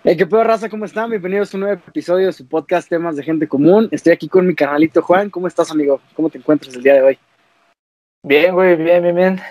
Hey, qué pedo, raza, ¿cómo están? Bienvenidos a un nuevo episodio de su podcast Temas de Gente Común. Estoy aquí con mi canalito Juan. ¿Cómo estás, amigo? ¿Cómo te encuentras el día de hoy? Bien, güey, bien.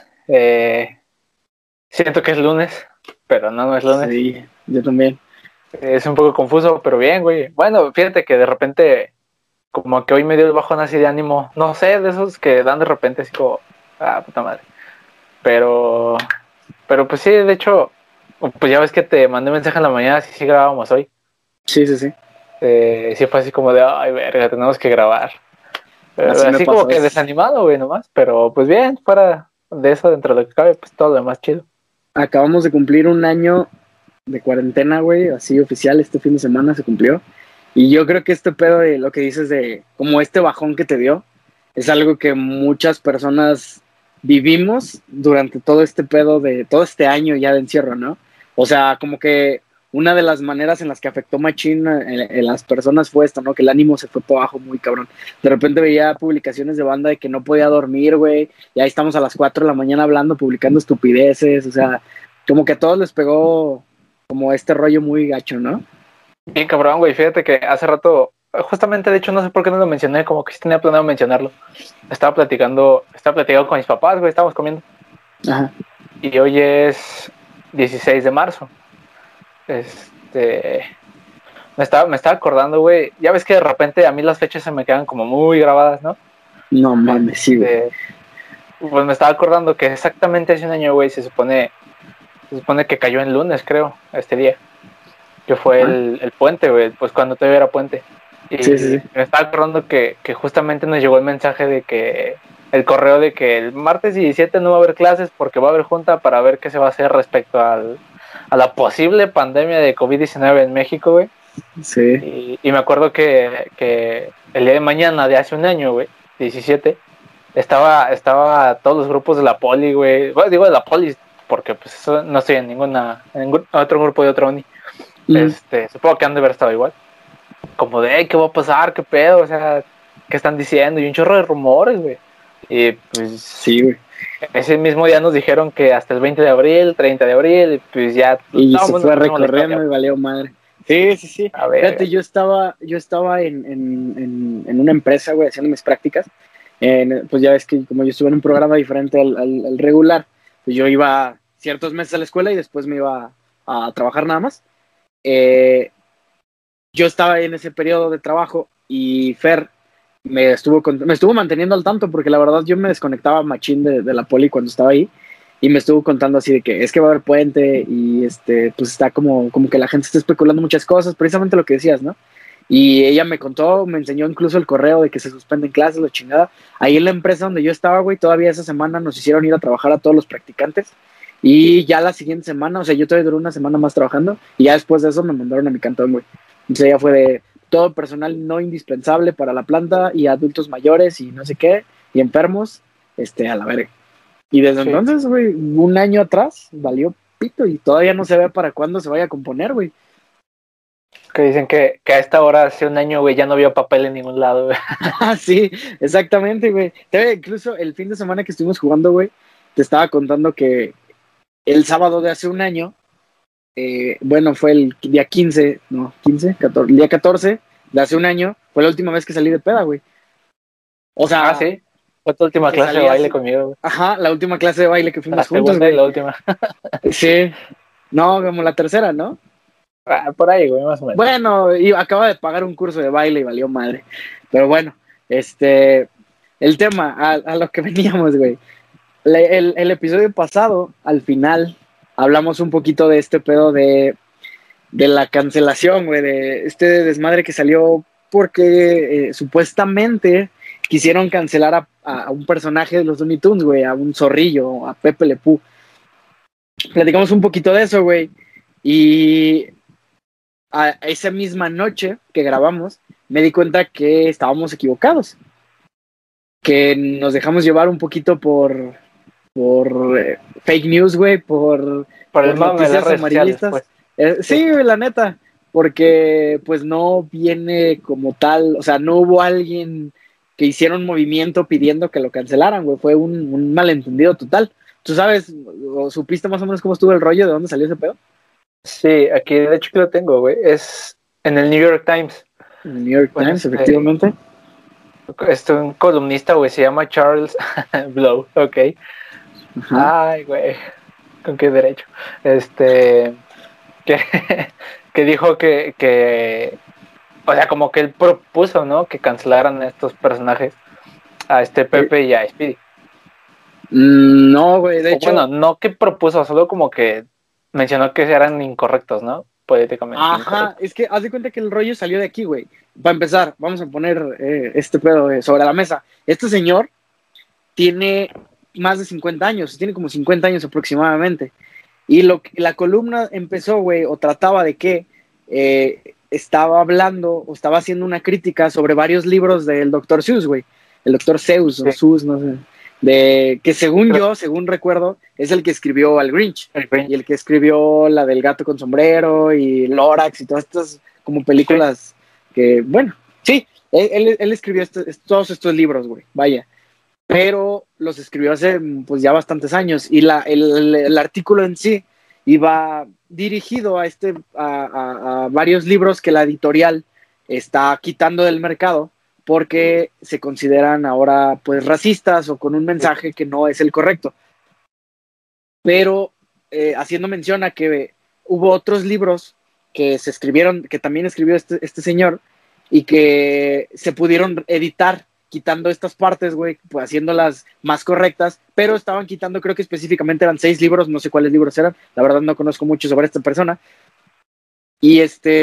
Siento que es lunes, pero no es lunes. Sí, yo también. Es un poco confuso, pero bien, güey. Bueno, fíjate que de repente, como que hoy me dio el bajón así de ánimo. No sé, de esos que dan de repente así como, puta madre. Pero, pero pues sí, de hecho, pues ya ves que te mandé mensaje en la mañana, si sí grabábamos hoy. Sí. Sí fue así como de, ay, verga, tenemos que grabar. Así me Así como pasó. que desanimado, güey, nomás. Pero pues bien, fuera de eso, dentro de lo que cabe, pues todo lo demás chido. Acabamos de cumplir un año de cuarentena, güey, así oficial. Este fin de semana se cumplió. Y yo creo que este pedo de lo que dices de como este bajón que te dio es algo que muchas personas vivimos durante todo este pedo de todo este año ya de encierro, ¿no? O sea, como que una de las maneras en las que afectó Machín en las personas fue esto, ¿no? Que el ánimo se fue por abajo muy cabrón. De repente veía publicaciones de banda de que no podía dormir, güey, y ahí estamos a las 4 de la mañana hablando, publicando estupideces, o sea, como que a todos les pegó como este rollo muy gacho, ¿no? Bien cabrón, güey. Fíjate que hace rato, justamente de hecho, no sé por qué no lo mencioné, como que sí tenía planeado mencionarlo. Estaba platicando con mis papás, güey, estábamos comiendo. Ajá. Y hoy es 16 de marzo. Este. Me estaba acordando, güey. Ya ves que de repente a mí las fechas se me quedan como muy grabadas, ¿no? No mames, sí, güey. Pues me estaba acordando que exactamente hace un año, güey, se supone que cayó en lunes, creo, este día. Que fue Ajá. el puente, güey, pues cuando todavía era puente. Sí. Y me estaba acordando que justamente nos llegó el mensaje de que, el correo de que el martes 17 no va a haber clases porque va a haber junta para ver qué se va a hacer respecto a la posible pandemia de COVID-19 en México, güey. Sí. Y me acuerdo que el día de mañana de hace un año, güey, 17, estaba todos los grupos de la poli, güey. Bueno, digo de la poli porque pues no estoy en en otro grupo de otra uni. Mm. Supongo que han de haber estado igual. Como de, ¿qué va a pasar? ¿Qué pedo? O sea, ¿qué están diciendo? Y un chorro de rumores, güey. Y pues Sí, güey. ese mismo día nos dijeron que hasta el 20 de abril, 30 de abril, y pues ya Y todo el se mundo fue conocemos la historia. recorriendo y valió madre. Sí. A ver, Fíjate, yo estaba en una empresa, güey, haciendo mis prácticas. Pues ya ves que como yo estuve en un programa diferente al regular, pues yo iba ciertos meses a la escuela y después me iba a trabajar nada más. Eh, yo estaba en ese periodo de trabajo y Fer me estuvo manteniendo al tanto porque la verdad yo me desconectaba machín de la poli cuando estaba ahí y me estuvo contando así de que es que va a haber puente y pues está como que la gente está especulando muchas cosas, precisamente lo que decías, ¿no? Y ella me contó, me enseñó incluso el correo de que se suspenden clases, la chingada. Ahí en la empresa donde yo estaba, güey, todavía esa semana nos hicieron ir a trabajar a todos los practicantes. Y ya la siguiente semana, o sea, yo todavía duré una semana más trabajando y ya después de eso me mandaron a mi cantón, güey. Entonces ya fue de todo personal no indispensable para la planta y adultos mayores y no sé qué, y enfermos, a la verga. Y desde sí. entonces, güey, un año atrás, valió pito y todavía no se ve para cuándo se vaya a componer, güey. Que dicen que a esta hora, hace un año, güey, ya no vio papel en ningún lado, güey. Ah, sí, exactamente, güey. Incluso el fin de semana que estuvimos jugando, güey, te estaba contando que el sábado de hace un año, bueno, fue el día 15, no, 15, 14, el día 14 de hace un año, fue la última vez que salí de peda, güey. O Ah, sea, sí. Fue tu última que clase de salí baile así, conmigo, güey. ajá, la última clase de baile que La fuimos juntos, segunda y güey. la última. Sí, no, como la tercera, ¿no? Por ahí, güey, más o menos. Bueno, y acaba de pagar un curso de baile y valió madre. Pero bueno, el tema, a lo que veníamos, güey. El episodio pasado, al final, hablamos un poquito de este pedo de la cancelación, güey, de este desmadre que salió porque supuestamente quisieron cancelar a un personaje de los Looney Tunes, güey, a un zorrillo, a Pepe Le Pew. Platicamos un poquito de eso, güey, y a esa misma noche que grabamos me di cuenta que estábamos equivocados, que nos dejamos llevar un poquito por fake news, güey, Por el por mame de las noticias redes sociales, amarillistas. pues. Sí. Sí, güey, la neta, porque pues no viene como tal, o sea, no hubo alguien que hiciera un movimiento pidiendo que lo cancelaran, güey, fue un malentendido total. ¿Tú sabes o supiste más o menos cómo estuvo el rollo, de dónde salió ese pedo? Sí, aquí de hecho que lo tengo, güey. Es en el New York Times. El New York Bueno, Times, efectivamente. un columnista, güey, se llama Charles Blow, ok. Ajá. Ay, güey, ¿con qué derecho? Que, que dijo o sea, como que él propuso, ¿no? Que cancelaran a estos personajes, a Eh, Pepe y a Speedy. no, güey, de O bueno, hecho, no que propuso, solo como que mencionó que eran incorrectos, ¿no? Políticamente ajá, incorrectos. es que haz de cuenta que el rollo salió de aquí, güey. Para empezar, vamos a poner este pedo sobre la mesa. Este señor tiene más de 50 años, tiene como 50 años aproximadamente. Y la columna empezó, güey, o trataba de que estaba hablando o estaba haciendo una crítica sobre varios libros del doctor Seuss, güey. El doctor Seuss o Sí, Seuss, no sé. De que según creo yo, según recuerdo, es el que escribió Al Grinch el y Grinch. el que escribió la del gato con sombrero y Lorax y todas estas como Sí, películas que, bueno, sí, él escribió todos estos libros, güey, vaya, pero los escribió hace pues ya bastantes años y el artículo en sí iba dirigido a varios libros que la editorial está quitando del mercado porque se consideran ahora pues racistas o con un sí, mensaje que no es el correcto. Pero haciendo mención a que hubo otros libros que se escribieron, que también escribió este señor y que se pudieron editar quitando estas partes, güey, pues haciéndolas más correctas, pero estaban quitando, creo que específicamente eran 6 libros, no sé cuáles libros eran, la verdad no conozco mucho sobre esta persona, y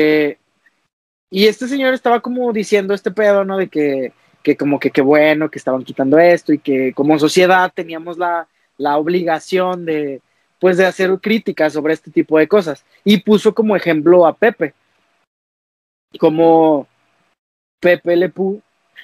este señor estaba como diciendo este pedo, ¿no? De que como que qué bueno que estaban quitando esto y que como sociedad teníamos la obligación de, pues, de hacer críticas sobre este tipo de cosas. Y puso como ejemplo a Pepe, como Pepe Le Pew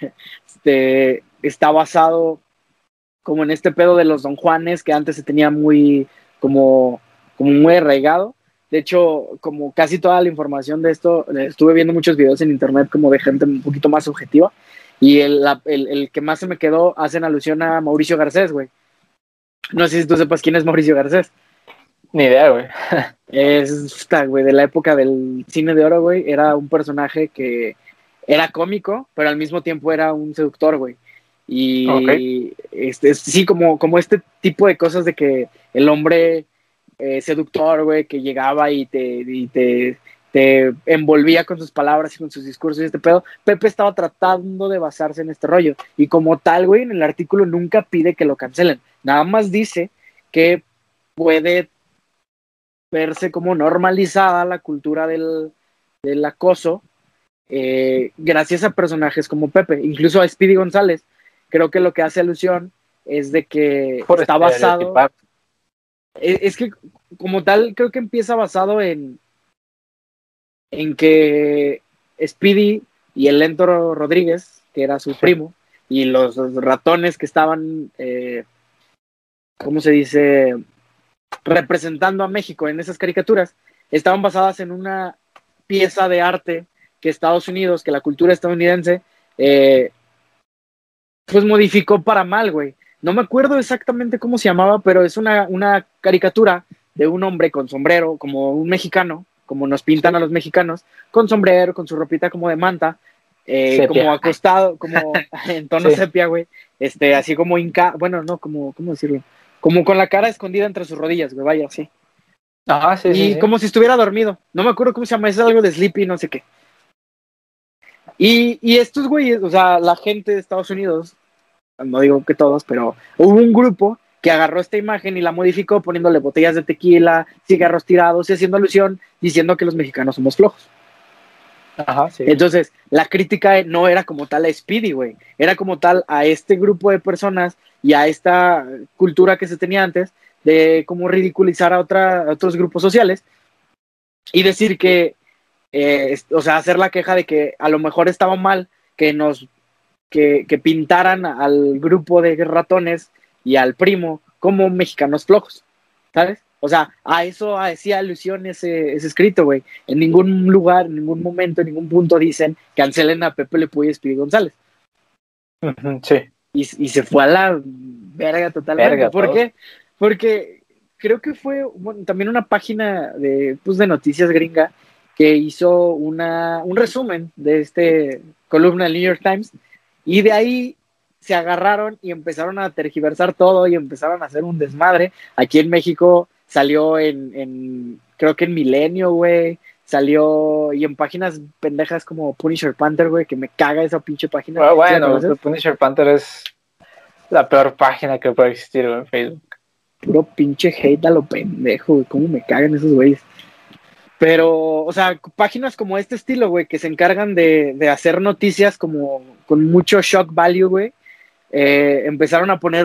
está basado como en este pedo de los Don Juanes que antes se tenía como, como muy arraigado. De hecho, como casi toda la información de esto, estuve viendo muchos videos en internet como de gente un poquito más objetiva. Y el que más se me quedó hacen alusión a Mauricio Garcés, güey. No sé si tú sepas quién es Mauricio Garcés. ni idea, güey. Güey, de la época del cine de oro, güey. Era un personaje que era cómico, pero al mismo tiempo era un seductor, güey. Ok, Y sí, como este tipo de cosas de que el hombre seductor, güey, que llegaba te envolvía con sus palabras y con sus discursos y este pedo. Pepe estaba tratando de basarse en este rollo. Y como tal, güey, en el artículo nunca pide que lo cancelen. Nada más dice que puede verse como normalizada la cultura del acoso gracias a personajes como Pepe, incluso a Speedy González. Creo que lo que hace alusión es de que por está basado, estereotipar. es que como tal creo que empieza basado en que Speedy y el Lento Rodríguez, que era su Sí, primo, y los ratones que estaban, ¿cómo se dice?, representando a México en esas caricaturas, estaban basadas en una pieza de arte que Estados Unidos, que la cultura estadounidense, eh, pues modificó para mal, güey. No me acuerdo exactamente cómo se llamaba, pero es una caricatura de un hombre con sombrero, como un mexicano, como nos pintan sí, a los mexicanos, con sombrero, con su ropita como de manta, como sepia. acostado, como en tono Sí, sepia, güey, así como bueno, no, como, ¿cómo decirlo? Como con la cara escondida entre sus rodillas, güey, vaya, sí. ajá, sí, sí, Y sí. como si estuviera dormido. No me acuerdo cómo se llama, es algo de Sleepy, no sé qué. Y estos güeyes, o sea, la gente de Estados Unidos, no digo que todos, pero hubo un grupo que agarró esta imagen y la modificó poniéndole botellas de tequila, cigarros tirados y haciendo alusión diciendo que los mexicanos somos flojos. Ajá, sí. Entonces, la crítica no era como tal a Speedy, güey, era como tal a este grupo de personas y a esta cultura que se tenía antes de cómo ridiculizar a otros grupos sociales y decir que o sea, hacer la queja de que a lo mejor estaba mal que pintaran al grupo de ratones y al primo como mexicanos flojos, ¿sabes? O sea, a eso hacía alusión ese escrito, güey. En ningún lugar, en ningún momento, en ningún punto dicen cancelen a Pepe Le Puy y Speedy González. Ujú, sí, Y se fue a la verga totalmente. verga, ¿Por todo. qué? Porque creo que fue también una página de noticias gringa que hizo un resumen de columna del New York Times, y de ahí se agarraron y empezaron a tergiversar todo y empezaron a hacer un desmadre. Aquí en México salió creo que en Milenio, güey, salió, y en páginas pendejas como Punisher Panther, güey, que me caga esa pinche página. Bueno, Punisher Panther es la peor página que puede existir, güey, en Facebook. Puro pinche hate a lo pendejo, güey, cómo me cagan esos güeyes. Pero, o sea, páginas como este estilo, güey, que se encargan de hacer noticias como con mucho shock value, güey, empezaron a poner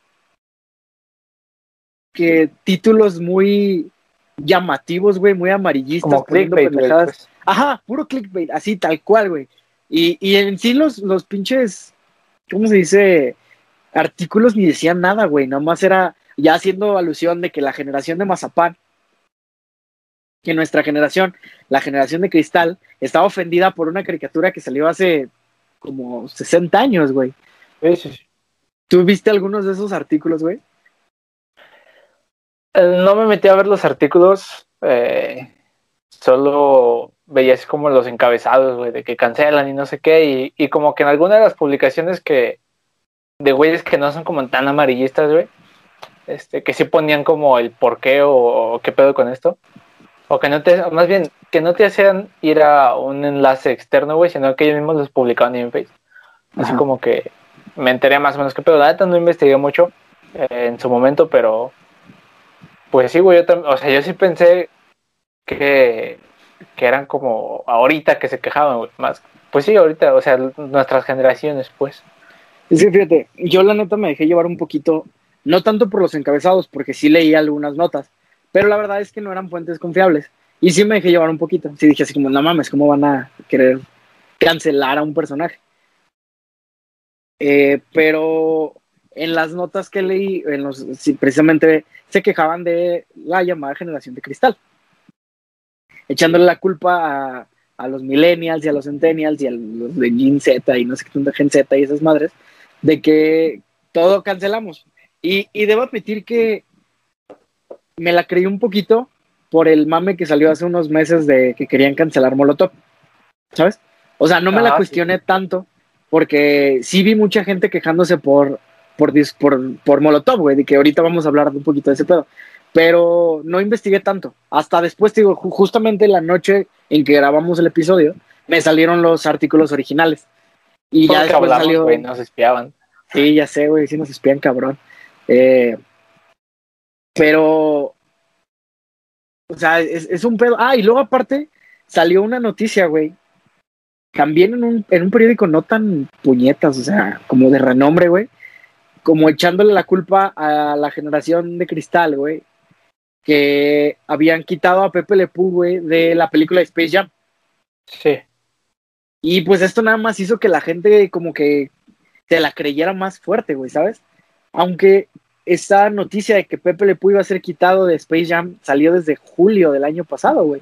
que títulos muy llamativos, güey, muy amarillistas, como poniendo clickbait, pendejadas. Pues. Ajá, puro clickbait, así tal cual, güey. Y en sí los pinches, ¿cómo se dice? Artículos ni decían nada, güey, nomás era ya haciendo alusión de que la generación de Mazapán, que nuestra generación, la generación de cristal, estaba ofendida por una caricatura que salió hace como 60 años, güey. Sí. ¿Tú viste algunos de esos artículos, güey? No me metí a ver los artículos, solo veía así como los encabezados, güey, de que cancelan y no sé qué, y como que en alguna de las publicaciones de güeyes que no son como tan amarillistas, güey, que sí ponían como el por qué o qué pedo con esto, o que más bien, que no te hacían ir a un enlace externo, güey, sino que ellos mismos los publicaban en Facebook. Así Ajá. como que me enteré más o menos qué pedo. La neta no investigué mucho en su momento, pero pues sí, güey, o sea, yo sí pensé que eran como ahorita que se quejaban, güey, más. Pues sí, ahorita, o sea, nuestras generaciones, pues. Es que fíjate, yo la neta me dejé llevar un poquito, no tanto por los encabezados, porque sí leí algunas notas, pero la verdad es que no eran fuentes confiables. Y sí me dejé llevar un poquito. Sí dije así como, no mames, ¿cómo van a querer cancelar a un personaje? Pero en las notas que leí, sí, precisamente se quejaban de la llamada generación de cristal, echándole la culpa a los millennials y a los centennials y a los de Gen Z y no sé qué tanta Gen Z y esas madres, de que todo cancelamos. Y debo admitir que me la creí un poquito por el mame que salió hace unos meses de que querían cancelar Molotov, ¿sabes? O sea, no me la Ajá, cuestioné tanto porque sí vi mucha gente quejándose por Molotov, güey, de que ahorita vamos a hablar un poquito de ese pedo. Pero no investigué tanto. Hasta después, te digo, justamente la noche en que grabamos el episodio, me salieron los artículos originales. Y ya porque después hablamos, güey, salió. nos espiaban. Sí, ya sé, güey, sí nos espían, cabrón. Eh, pero, o sea, es un pedo. Ah, y luego aparte salió una noticia, güey, también en un periódico no tan puñetas, o sea, como de renombre, güey, como echándole la culpa a la generación de cristal, güey, que habían quitado a Pepe Le Pew, güey, de la película de Space Jam. Sí. Y pues esto nada más hizo que la gente como que se la creyera más fuerte, güey, ¿sabes? Aunque esa noticia de que Pepe Le Pew iba a ser quitado de Space Jam salió desde julio del año pasado, güey.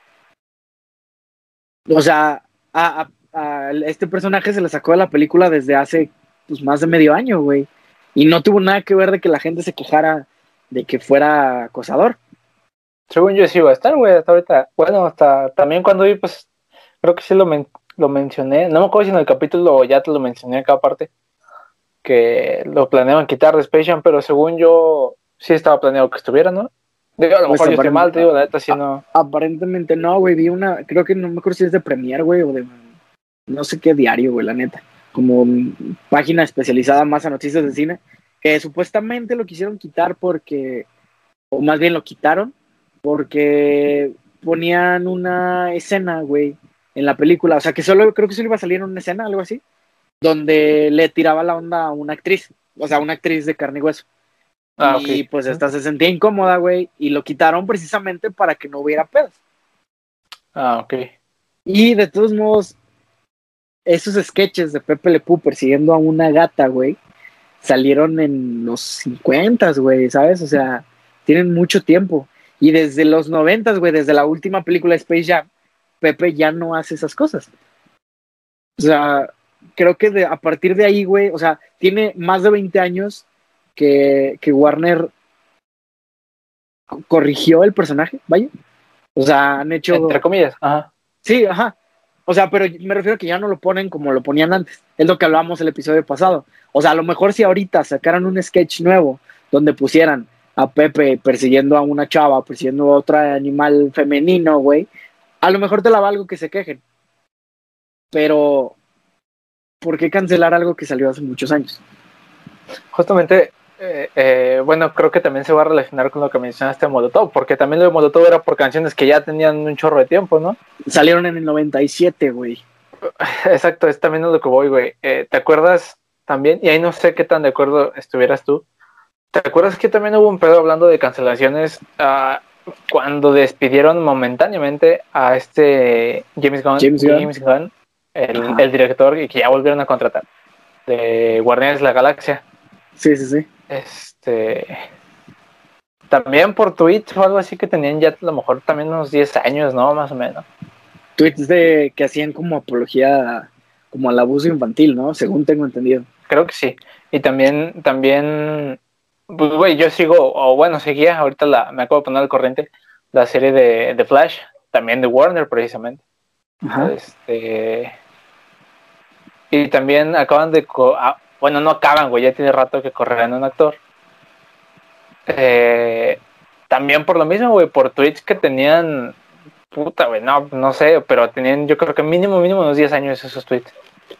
O sea, a este personaje se le sacó de la película desde hace pues más de medio año, güey. Y no tuvo nada que ver de que la gente se quejara de que fuera acosador. Según yo sí iba a estar, güey, hasta ahorita. Bueno, hasta también cuando vi, pues, creo que sí lo mencioné. No me acuerdo si en el capítulo o ya te lo mencioné acá aparte, que lo planeaban quitar de Space Jam, pero según yo sí estaba planeado que estuviera, ¿no? Digo, a lo Pues mejor yo estoy mal, te digo, la neta sí no. aparentemente no, güey. Vi creo que no me acuerdo si es de Premiere, güey, o de no sé qué diario, güey, la neta. Como página especializada más a noticias de cine, que supuestamente lo quisieron quitar porque, o más bien lo quitaron, porque ponían una escena, güey, en la película. O sea, que creo que solo iba a salir en una escena, algo así, donde le tiraba la onda a una actriz, o sea, una actriz de carne y hueso. Ah, ok. Y pues esta se sentía incómoda, güey, y lo quitaron precisamente para que no hubiera pedos. Ah, ok. Y de todos modos, esos sketches de Pepe Le Pew persiguiendo a una gata, güey, salieron en los 50, güey, ¿sabes? O sea, tienen mucho tiempo. Y desde los 90, güey, desde la última película de Space Jam, Pepe ya no hace esas cosas. O sea, creo que a partir de ahí, güey, o sea, tiene más de 20 años que Warner corrigió el personaje, vaya. O sea, han hecho... Entre comillas, ajá. Sí, ajá. O sea, pero me refiero a que ya no lo ponen como lo ponían antes. Es lo que hablábamos el episodio pasado. O sea, a lo mejor si ahorita sacaran un sketch nuevo donde pusieran a Pepe persiguiendo a una chava, persiguiendo a otro animal femenino, güey, a lo mejor te la valgo que se quejen. Pero, ¿por qué cancelar algo que salió hace muchos años? Justamente, bueno, creo que también se va a relacionar con lo que mencionaste de Molotov, porque también lo de Molotov era por canciones que ya tenían un chorro de tiempo, ¿no? Salieron en el 97, güey. Exacto, es también a lo que voy, güey. ¿Te acuerdas también? Y ahí no sé qué tan de acuerdo estuvieras tú. ¿Te acuerdas que también hubo un pedo hablando de cancelaciones cuando despidieron momentáneamente a este James Gunn, el director, y que ya volvieron a contratar de Guardianes de la Galaxia? Sí, sí, sí. También por tweets o algo así que tenían ya a lo mejor también unos 10 años, ¿no? Más o menos. Tweets que hacían como apología como al abuso infantil, ¿no? Según tengo entendido. Creo que sí. Y también, pues, güey, yo sigo, o bueno, seguía, ahorita me acabo de poner al corriente, la serie de Flash, también de Warner, precisamente. Ajá. Y también acaban bueno, no acaban, güey, ya tiene rato que correrán un actor. También por lo mismo, güey, por tweets que tenían, puta, güey, no sé, pero tenían, yo creo que mínimo unos 10 años esos tweets.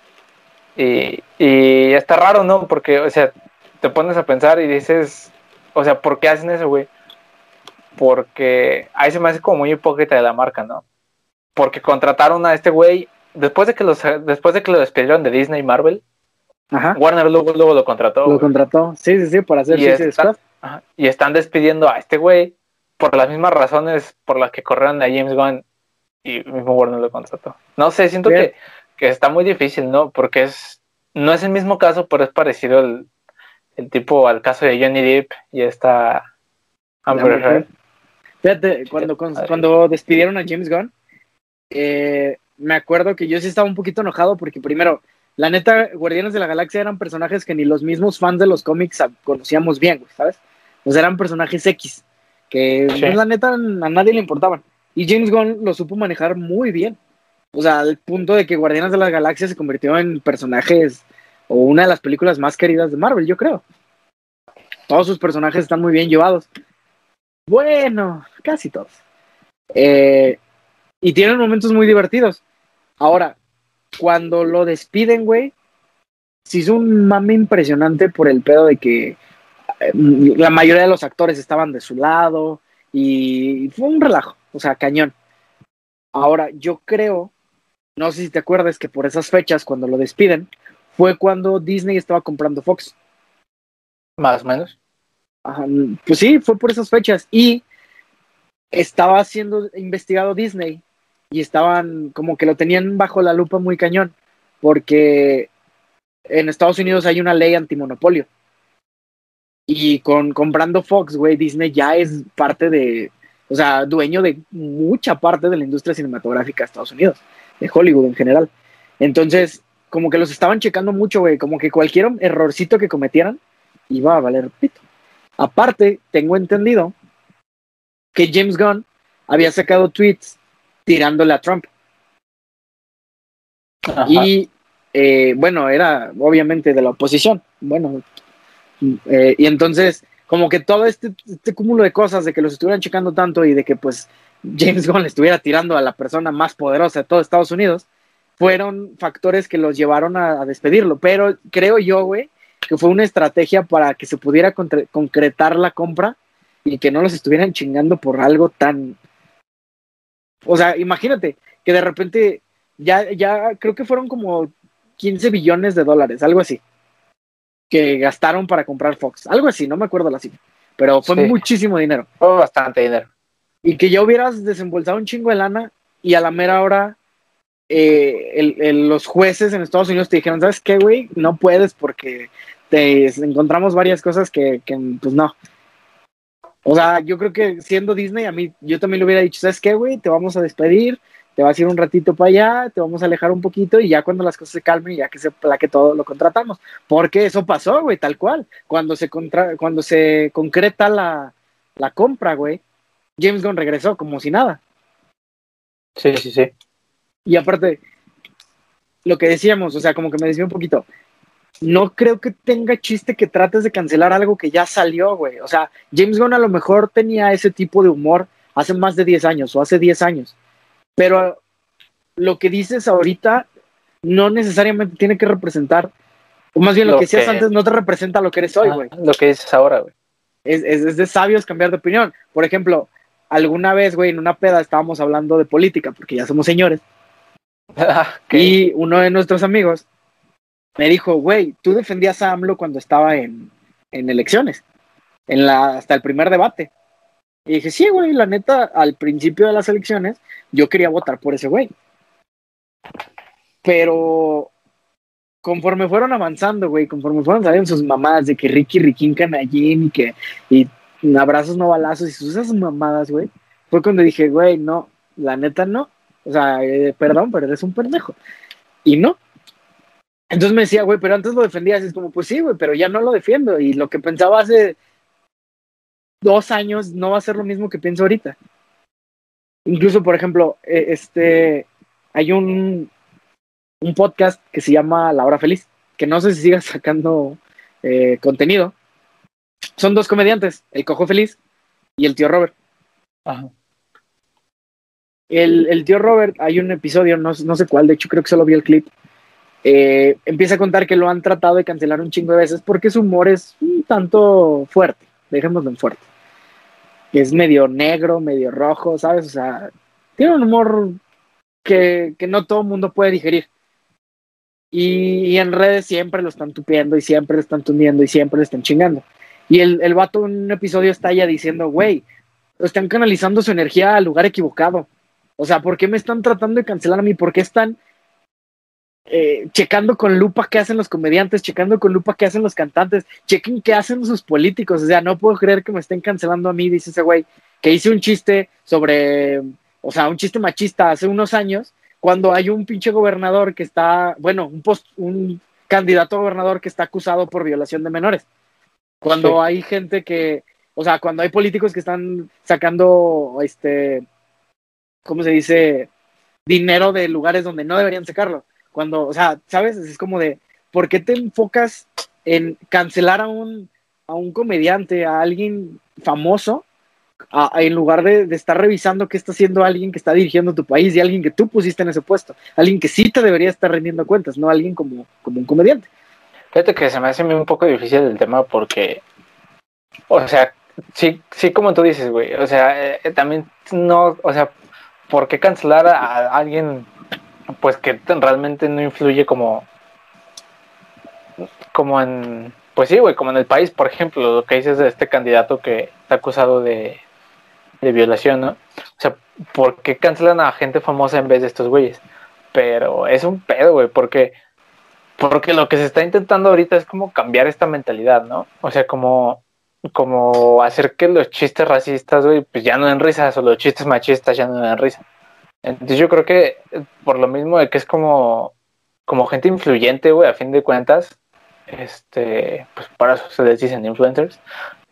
Y está raro, ¿no? Porque, o sea, te pones a pensar y dices, o sea, ¿por qué hacen eso, güey? Porque ahí se me hace como muy hipócrita de la marca, ¿no? Porque contrataron a este güey después de que lo despidieron de Disney y Marvel. Ajá. Warner luego lo contrató. Lo contrató, sí, por hacer Suicide Squad. Y están despidiendo a este güey por las mismas razones por las que corrieron a James Gunn y mismo Warner lo contrató. No sé, siento que está muy difícil, ¿no? Porque no es el mismo caso, pero es parecido el tipo al caso de Johnny Depp y esta Amber Heard. Fíjate, cuando despidieron a James Gunn, me acuerdo que yo sí estaba un poquito enojado porque primero, la neta, Guardianes de la Galaxia eran personajes que ni los mismos fans de los cómics conocíamos bien, güey, ¿sabes? O sea, eran personajes X, que pues, la neta a nadie le importaban. Y James Gunn lo supo manejar muy bien. O sea, al punto de que Guardianes de la Galaxia se convirtió en personajes o una de las películas más queridas de Marvel, yo creo. Todos sus personajes están muy bien llevados. Bueno, casi todos. Y tienen momentos muy divertidos. Ahora, cuando lo despiden, güey, se hizo un mame impresionante por el pedo de que la mayoría de los actores estaban de su lado y fue un relajo, o sea, cañón. Ahora, yo creo, no sé si te acuerdas que por esas fechas, cuando lo despiden, fue cuando Disney estaba comprando Fox. Más o menos. Ajá, pues sí, fue por esas fechas. Y estaba siendo investigado Disney y estaban como que lo tenían bajo la lupa muy cañón, porque en Estados Unidos hay una ley antimonopolio. Y comprando Fox, güey, Disney ya es parte de, o sea, dueño de mucha parte de la industria cinematográfica de Estados Unidos, de Hollywood en general. Entonces, como que los estaban checando mucho, güey, como que cualquier errorcito que cometieran iba a valer pito. Aparte, tengo entendido que James Gunn había sacado tweets tirándole a Trump. Ajá. Y bueno, era obviamente de la oposición. Bueno, y entonces, como que todo este cúmulo de cosas, de que los estuvieran checando tanto y de que pues James Gunn le estuviera tirando a la persona más poderosa de todo Estados Unidos, fueron factores que los llevaron a despedirlo. Pero creo yo, güey, que fue una estrategia para que se pudiera concretar la compra y que no los estuvieran chingando por algo tan... O sea, imagínate que de repente ya creo que fueron como 15 billones de dólares, algo así, que gastaron para comprar Fox. Algo así, no me acuerdo la cifra, pero fue muchísimo dinero. Fue bastante dinero. Y que ya hubieras desembolsado un chingo de lana y a la mera hora los jueces en Estados Unidos te dijeron, ¿sabes qué, güey? No puedes porque te encontramos varias cosas que pues no. O sea, yo creo que siendo Disney, a mí, yo también le hubiera dicho, ¿sabes qué, güey? Te vamos a despedir, te vas a ir un ratito para allá, te vamos a alejar un poquito y ya cuando las cosas se calmen, ya que se plaque todo, lo contratamos. Porque eso pasó, güey, tal cual. Cuando se concreta la compra, güey, James Gunn regresó como si nada. Sí, sí, sí. Y aparte, lo que decíamos, o sea, como que me decía un poquito, no creo que tenga chiste que trates de cancelar algo que ya salió, güey. O sea, James Gunn a lo mejor tenía ese tipo de humor hace más de 10 años o hace 10 años, pero lo que dices ahorita no necesariamente tiene que representar, o más bien lo que decías antes no te representa lo que eres hoy, güey. Lo que dices ahora, güey. Es de sabios cambiar de opinión. Por ejemplo, alguna vez, güey, en una peda estábamos hablando de política, porque ya somos señores, Okay. y uno de nuestros amigos me dijo, güey, tú defendías a AMLO cuando estaba en elecciones, hasta el primer debate. Y dije, sí, güey, la neta, al principio de las elecciones, yo quería votar por ese güey. Pero conforme fueron avanzando, güey, conforme fueron saliendo sus mamadas de que Ricky Canallín y abrazos no balazos y sus esas mamadas, güey, fue cuando dije, güey, no, la neta no. O sea, perdón, pero eres un pendejo. Y no. Entonces me decía, güey, pero antes lo defendías. Y es como, pues sí, güey, pero ya no lo defiendo. Y lo que pensaba hace 2 años no va a ser lo mismo que pienso ahorita. Incluso, por ejemplo, hay un podcast que se llama La Hora Feliz, que no sé si siga sacando contenido. Son dos comediantes, el Cojo Feliz y el tío Robert. Ajá. El tío Robert, hay un episodio, no sé cuál, de hecho creo que solo vi el clip, empieza a contar que lo han tratado de cancelar un chingo de veces porque su humor es un tanto fuerte, dejémoslo en fuerte. Es medio negro, medio rojo, ¿sabes? O sea, tiene un humor que no todo el mundo puede digerir. Y en redes siempre lo están tupiendo y siempre lo están tundiendo y siempre lo están chingando. Y el vato en un episodio está ya diciendo, güey, están canalizando su energía al lugar equivocado. O sea, ¿por qué me están tratando de cancelar a mí? ¿Por qué están checando con lupa qué hacen los comediantes, checando con lupa qué hacen los cantantes, chequen qué hacen sus políticos? O sea, no puedo creer que me estén cancelando a mí, dice ese güey, que hice un chiste sobre, o sea, un chiste machista hace unos años, cuando hay un pinche gobernador que está, bueno, un candidato a gobernador que está acusado por violación de menores. Cuando Sí. hay gente que, o sea, cuando hay políticos que están sacando, ¿cómo se dice? Dinero de lugares donde no deberían sacarlo. Cuando, o sea, ¿sabes? Es como de, ¿por qué te enfocas en cancelar a un comediante, a alguien famoso, en lugar de estar revisando qué está haciendo alguien que está dirigiendo tu país y alguien que tú pusiste en ese puesto? Alguien que sí te debería estar rendiendo cuentas, no alguien como un comediante. Fíjate que se me hace un poco difícil el tema porque, o sea, sí, sí, como tú dices, güey, o sea, también no, o sea, ¿por qué cancelar a alguien, pues, que realmente no influye como en, pues sí, güey, como en el país, por ejemplo, lo que dices de este candidato que está acusado de violación, ¿no? O sea, ¿por qué cancelan a gente famosa en vez de estos güeyes? Pero es un pedo, güey, porque lo que se está intentando ahorita es como cambiar esta mentalidad, ¿no? O sea, como hacer que los chistes racistas, güey, pues ya no den risas, o los chistes machistas ya no den risa. Entonces yo creo que por lo mismo de que es como gente influyente, güey, a fin de cuentas, pues para eso se les dicen influencers,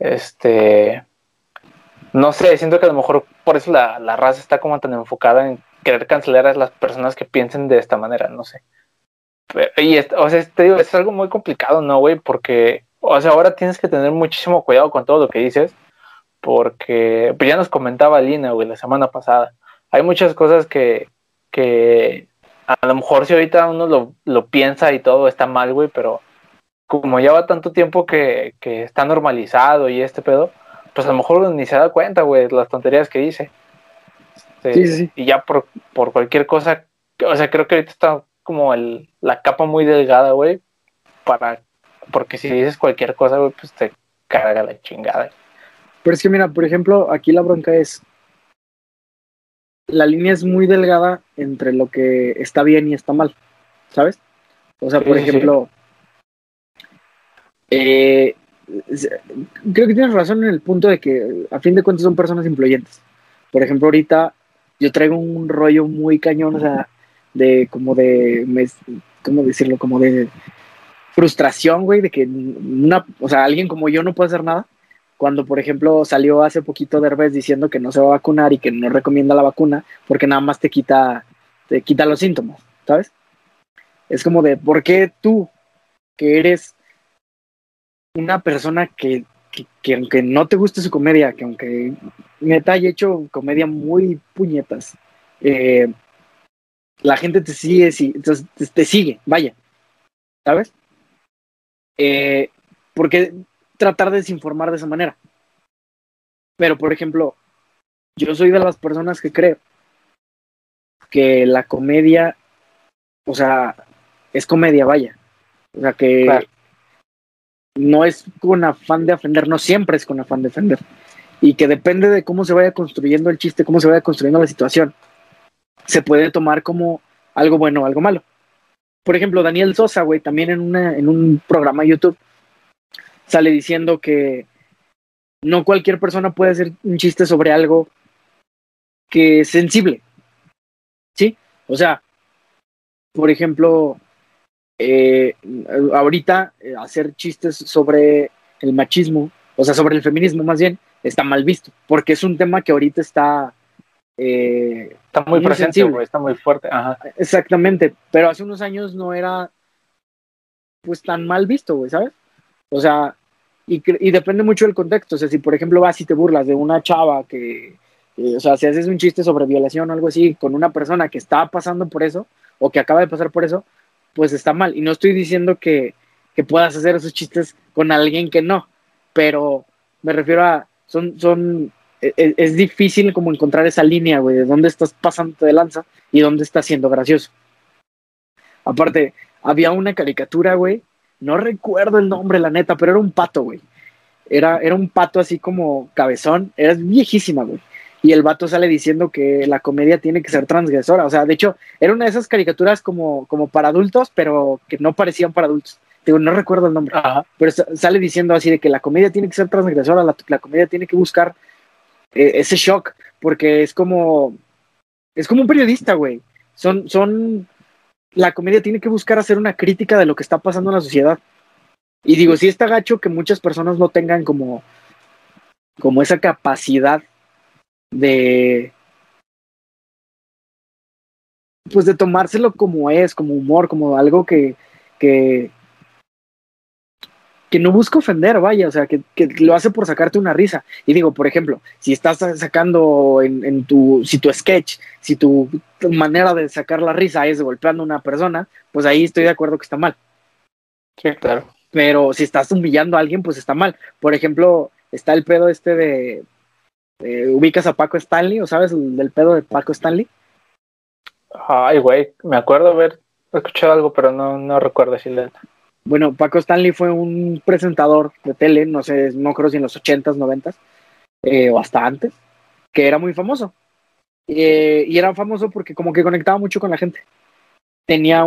no sé, siento que a lo mejor por eso la raza está como tan enfocada en querer cancelar a las personas que piensen de esta manera, no sé. O sea, te digo, es algo muy complicado, ¿no, güey? Porque, o sea, ahora tienes que tener muchísimo cuidado con todo lo que dices, porque pues ya nos comentaba Lina, güey, la semana pasada. Hay muchas cosas que a lo mejor si ahorita uno lo piensa y todo está mal, güey, pero como ya va tanto tiempo que está normalizado y este pedo, pues a lo mejor uno ni se da cuenta, güey, las tonterías que dice. Sí, sí, sí. Y ya por cualquier cosa, o sea, creo que ahorita está como la capa muy delgada, güey, porque si dices cualquier cosa, güey, pues te carga la chingada. Pero es que mira, por ejemplo, aquí la bronca es, la línea es muy delgada entre lo que está bien y está mal, ¿sabes? O sea, Sí, por sí, sí. ejemplo, eh, creo que tienes razón en el punto de que a fin de cuentas son personas influyentes. Por ejemplo, ahorita yo traigo un rollo muy cañón, o sea, ¿cómo decirlo? Como de frustración, güey, de que o sea, alguien como yo no puede hacer nada. cuando, por ejemplo, salió hace poquito Derbez diciendo que no se va a vacunar y que no recomienda la vacuna porque nada más te quita los síntomas, ¿sabes? Es como de, ¿por qué tú, que eres una persona que aunque no te guste su comedia, que aunque neta haya hecho comedia muy puñetas, eh, la gente te sigue, entonces te sigue, vaya, ¿sabes? ¿Por qué tratar de desinformar de esa manera? Pero, por ejemplo, yo soy de las personas que creo que la comedia, o sea, es comedia, vaya. O sea, que Claro. no es con afán de ofender, no siempre es con afán de ofender. Y que depende de cómo se vaya construyendo el chiste, cómo se vaya construyendo la situación, se puede tomar como algo bueno o algo malo. Por ejemplo, Daniel Sosa, güey, también en un programa de YouTube, sale diciendo que no cualquier persona puede hacer un chiste sobre algo que es sensible, ¿sí? O sea, por ejemplo, ahorita hacer chistes sobre el machismo, o sea, sobre el feminismo más bien, está mal visto, porque es un tema que ahorita está Está muy muy presente, sensible. güey, está muy fuerte. Ajá. Exactamente, pero hace unos años no era pues tan mal visto, güey, ¿sabes? O sea, y depende mucho del contexto, o sea, si por ejemplo vas y te burlas de una chava o sea, si haces un chiste sobre violación o algo así con una persona que está pasando por eso o que acaba de pasar por eso, pues está mal. Y no estoy diciendo que puedas hacer esos chistes con alguien que no, pero me refiero a, es difícil como encontrar esa línea, güey, de dónde estás pasando de lanza y dónde estás siendo gracioso. Aparte, había una caricatura, güey, no recuerdo el nombre, la neta, pero era un pato, güey. Era un pato así como cabezón, era viejísima, güey. Y el vato sale diciendo que la comedia tiene que ser transgresora. O sea, de hecho, era una de esas caricaturas como para adultos, pero que no parecían para adultos. Digo, no recuerdo el nombre. Ajá. Pero sale diciendo así de que la comedia tiene que ser transgresora, la comedia tiene que buscar ese shock, porque es como un periodista, güey. La comedia tiene que buscar hacer una crítica de lo que está pasando en la sociedad. Y digo, sí está gacho que muchas personas no tengan como esa capacidad de, pues de tomárselo como es, como humor, como algo que, que no busca ofender, vaya, o sea, que lo hace por sacarte una risa. Y digo, por ejemplo, si estás sacando si tu sketch, si tu manera de sacar la risa es golpeando a una persona, pues ahí estoy de acuerdo que está mal. Sí, claro. Pero si estás humillando a alguien, pues está mal. Por ejemplo, está el pedo este de ubicas a Paco Stanley, o sabes del pedo de Paco Stanley. Ay, güey, me acuerdo haber escuchado algo, pero no recuerdo decirle. Bueno, Paco Stanley fue un presentador de tele, no sé, no creo si en los 80s, 90s, o hasta antes, que era muy famoso. Y era famoso porque como que conectaba mucho con la gente. Tenía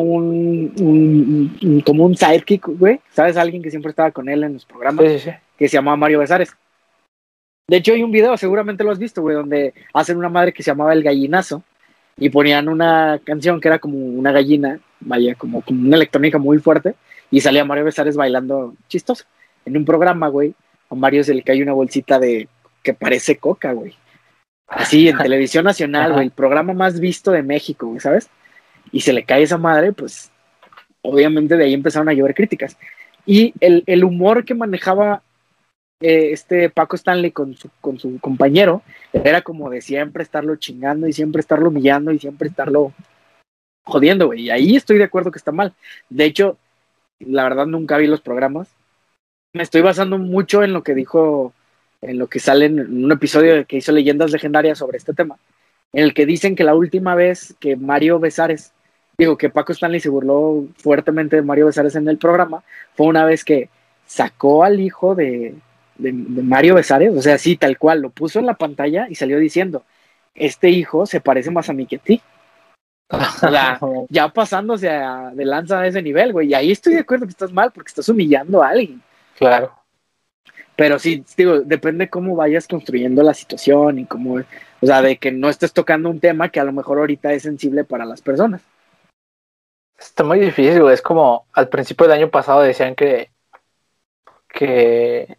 como un sidekick, güey, ¿sabes? Alguien que siempre estaba con él en los programas, Sí, sí, sí. que se llamaba Mario Besares. De hecho, hay un video, seguramente lo has visto, güey, donde hacen una madre que se llamaba El Gallinazo y ponían una canción que era como una gallina, vaya, como una electrónica muy fuerte, y salía Mario Besares bailando chistoso. En un programa, güey, a Mario se le cae una bolsita de que parece coca, güey. Así, en televisión nacional, güey, el programa más visto de México, güey, ¿sabes? Y se le cae esa madre, pues, obviamente de ahí empezaron a llover críticas. Y el humor que manejaba este Paco Stanley con su compañero era como de siempre estarlo chingando y siempre estarlo humillando y siempre estarlo jodiendo, güey. Y ahí estoy de acuerdo que está mal. De hecho, la verdad nunca vi los programas. Me estoy basando mucho en lo que dijo, en lo que sale en un episodio que hizo Leyendas Legendarias sobre este tema, en el que dicen que la última vez que Mario Besares, digo que Paco Stanley se burló fuertemente de Mario Besares en el programa, fue una vez que sacó al hijo de Mario Besares, o sea, sí, tal cual, lo puso en la pantalla y salió diciendo, este hijo se parece más a mí que a ti. O sea, ya pasándose de lanza a ese nivel, güey. Y ahí estoy de acuerdo que estás mal porque estás humillando a alguien. Claro. Pero sí, digo, depende cómo vayas construyendo la situación y cómo, o sea, de que no estés tocando un tema que a lo mejor ahorita es sensible para las personas. Está muy difícil, güey. Es como al principio del año pasado decían que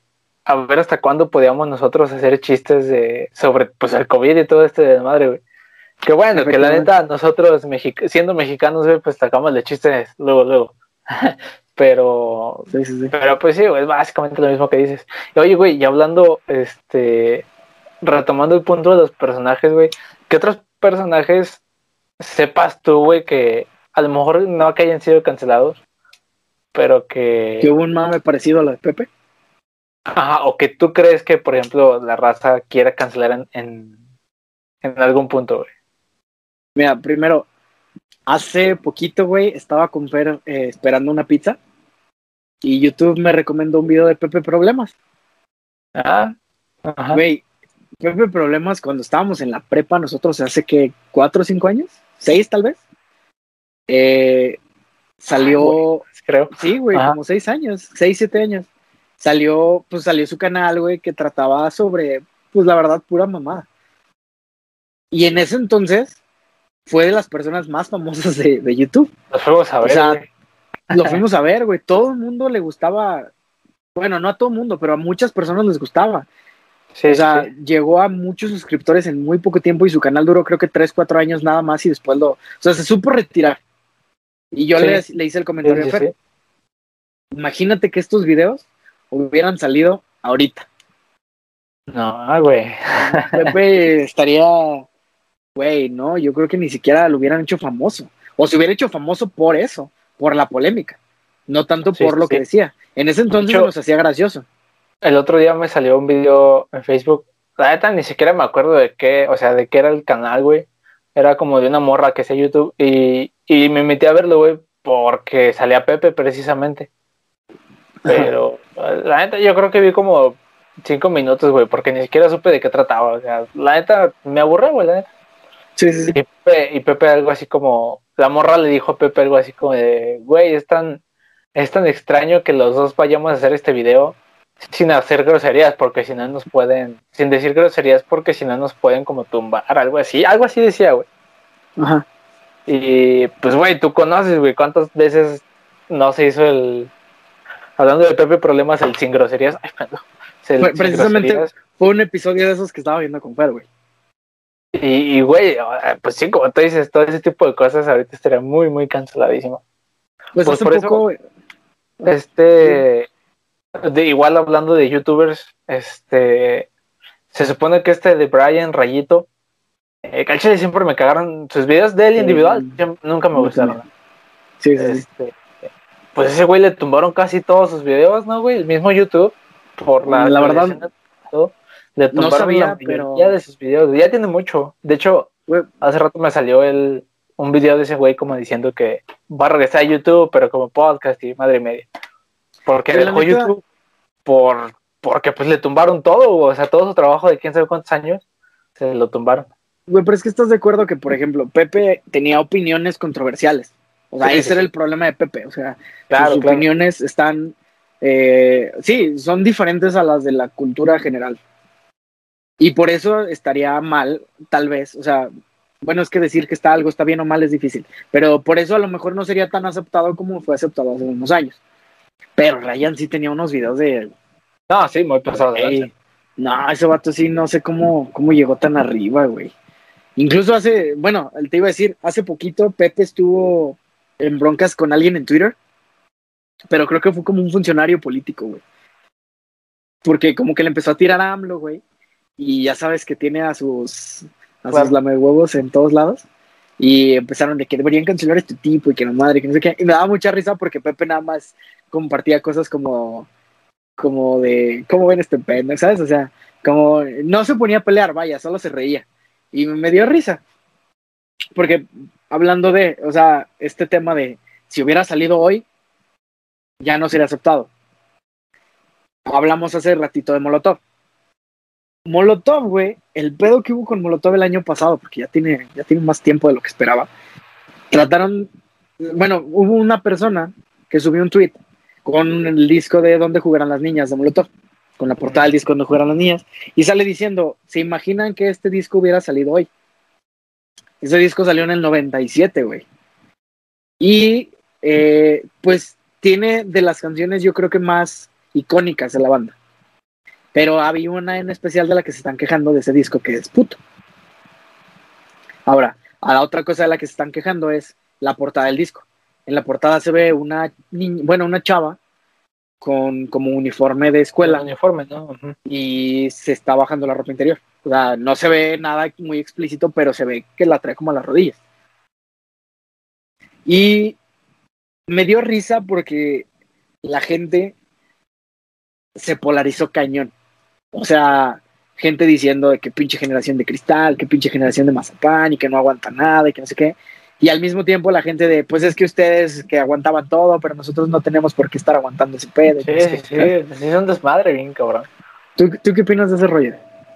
a ver hasta cuándo podíamos nosotros hacer chistes sobre pues el COVID y todo este desmadre, güey. Que bueno, que la neta, nosotros siendo mexicanos, güey, pues sacamos de chistes luego. Pero, sí. pero pues sí, güey, es básicamente lo mismo que dices. Y, oye, güey, y hablando, retomando el punto de los personajes, güey, ¿qué otros personajes sepas tú, güey, que a lo mejor no que hayan sido cancelados, pero que hubo un mame parecido a lo de Pepe? Ajá, o que tú crees que, por ejemplo, la raza quiera cancelar en algún punto, güey. Mira, primero, hace poquito, güey, estaba con Fer esperando una pizza y YouTube me recomendó un video de Pepe Problemas. Ah, ajá. Güey, Pepe Problemas, cuando estábamos en la prepa, nosotros hace que 4 o 5 años, 6 tal vez, salió, Güey, creo. sí, güey, Ajá. como 6 años, 6, 7 años, salió su canal, güey, que trataba sobre, pues la verdad, pura mamada. Y en ese entonces fue de las personas más famosas de YouTube. Los fuimos a ver, O sea, güey. lo fuimos a ver, güey, todo el mundo le gustaba, bueno, no a todo el mundo, pero a muchas personas les gustaba. Sí, O sea, sí. llegó a muchos suscriptores en muy poco tiempo y su canal duró creo que 3, 4 años nada más y después o sea, se supo retirar. Y yo le hice el comentario a Fer, Sí. imagínate que estos videos hubieran salido ahorita. No, güey. Pepe estaría, güey, no, yo creo que ni siquiera lo hubieran hecho famoso. O se hubiera hecho famoso por eso, por la polémica, no tanto por lo que decía. En ese De entonces hecho, nos hacía gracioso. el otro día me salió un video en Facebook. La neta ni siquiera me acuerdo de qué, o sea, de qué era el canal, güey. Era como de una morra que hacía YouTube y me metí a verlo, güey, porque salía Pepe precisamente. Ajá. Pero la neta yo creo que vi como 5 minutos, güey, porque ni siquiera supe de qué trataba. O sea, la neta me aburre, güey, la neta. Sí. Y Pepe algo así como, la morra le dijo a Pepe algo así como de, güey, es tan extraño que los dos vayamos a hacer este video sin hacer groserías, porque si no nos pueden, sin decir groserías, porque si no nos pueden como tumbar, algo así decía, güey. Ajá. Y pues, güey, tú conoces, güey, cuántas veces no se hizo hablando de Pepe Problemas, el sin groserías, ay, perdón, el sin Precisamente groserías. fue un episodio de esos que estaba viendo con Fer, güey. Güey, pues sí, como tú dices, todo ese tipo de cosas ahorita estaría muy, muy canceladísimo. Pues Pues hace por eso, poco, sí. igual hablando de youtubers, se supone que de Brian Rayito, Calchile siempre me cagaron sus videos de él individual, nunca me gustaron. Sí. Pues ese güey le tumbaron casi todos sus videos, ¿no, güey? El mismo YouTube, por la La verdad, actualización de todo, le no tumbaron la sabía, mayoría pero, de sus videos. Ya tiene mucho. De hecho, güey, hace rato me salió un video de ese güey como diciendo que va a regresar a YouTube, pero como podcast y madre y media. Porque la dejó neta, YouTube porque pues le tumbaron todo, o sea, todo su trabajo de quién sabe cuántos años se lo tumbaron. güey, pero es que estás de acuerdo que, por ejemplo, Pepe tenía opiniones controversiales. O sea, ese era el problema de Pepe. O sea, sus Claro. opiniones están, sí, son diferentes a las de la cultura general. Y por eso estaría mal, tal vez, o sea, bueno, es que decir que algo está bien o mal es difícil, pero por eso a lo mejor no sería tan aceptado como fue aceptado hace unos años. Pero Ryan sí tenía unos videos de, No, sí, muy pesado de lanza. no, ese vato sí, no sé cómo llegó tan arriba, güey. Incluso bueno, te iba a decir, hace poquito Pepe estuvo en broncas con alguien en Twitter, pero creo que fue como un funcionario político, güey. Porque como que le empezó a tirar a AMLO, güey. Y ya sabes que tiene a sus lamehuevos en todos lados. Y empezaron de que deberían cancelar a este tipo y que la madre, que no sé qué. Y me daba mucha risa porque Pepe nada más compartía cosas como de, ¿cómo ven este pendejo? ¿Sabes? O sea, como no se ponía a pelear, vaya, solo se reía. Y me dio risa. Porque hablando o sea, este tema de si hubiera salido hoy, ya no sería aceptado. Hablamos hace ratito de Molotov. Molotov, güey, el pedo que hubo con Molotov el año pasado, porque ya tiene más tiempo de lo que esperaba. Hubo una persona que subió un tweet con el disco de Donde jugarán las niñas de Molotov, con la portada del disco Donde jugarán las niñas, y sale diciendo, ¿se imaginan que este disco hubiera salido hoy? Ese disco salió en el 97, güey. Y pues tiene de las canciones yo creo que más icónicas de la banda. Pero había una en especial de la que se están quejando de ese disco que es puto. Ahora, a la otra cosa de la que se están quejando es la portada del disco. En la portada se ve una chava con como uniforme de escuela. Un uniforme, ¿no? Uh-huh. Y se está bajando la ropa interior. O sea, no se ve nada muy explícito, pero se ve que la trae como a las rodillas. Y me dio risa porque la gente se polarizó cañón. O sea, gente diciendo de que pinche generación de cristal, que pinche generación de Mazacán y que no aguanta nada y que no sé qué. Y al mismo tiempo la gente de, pues es que ustedes que aguantaban todo, pero nosotros no tenemos por qué estar aguantando ese pedo. Sí, no sé sí, es un desmadre bien, cabrón. ¿Tú qué opinas de ese rollo?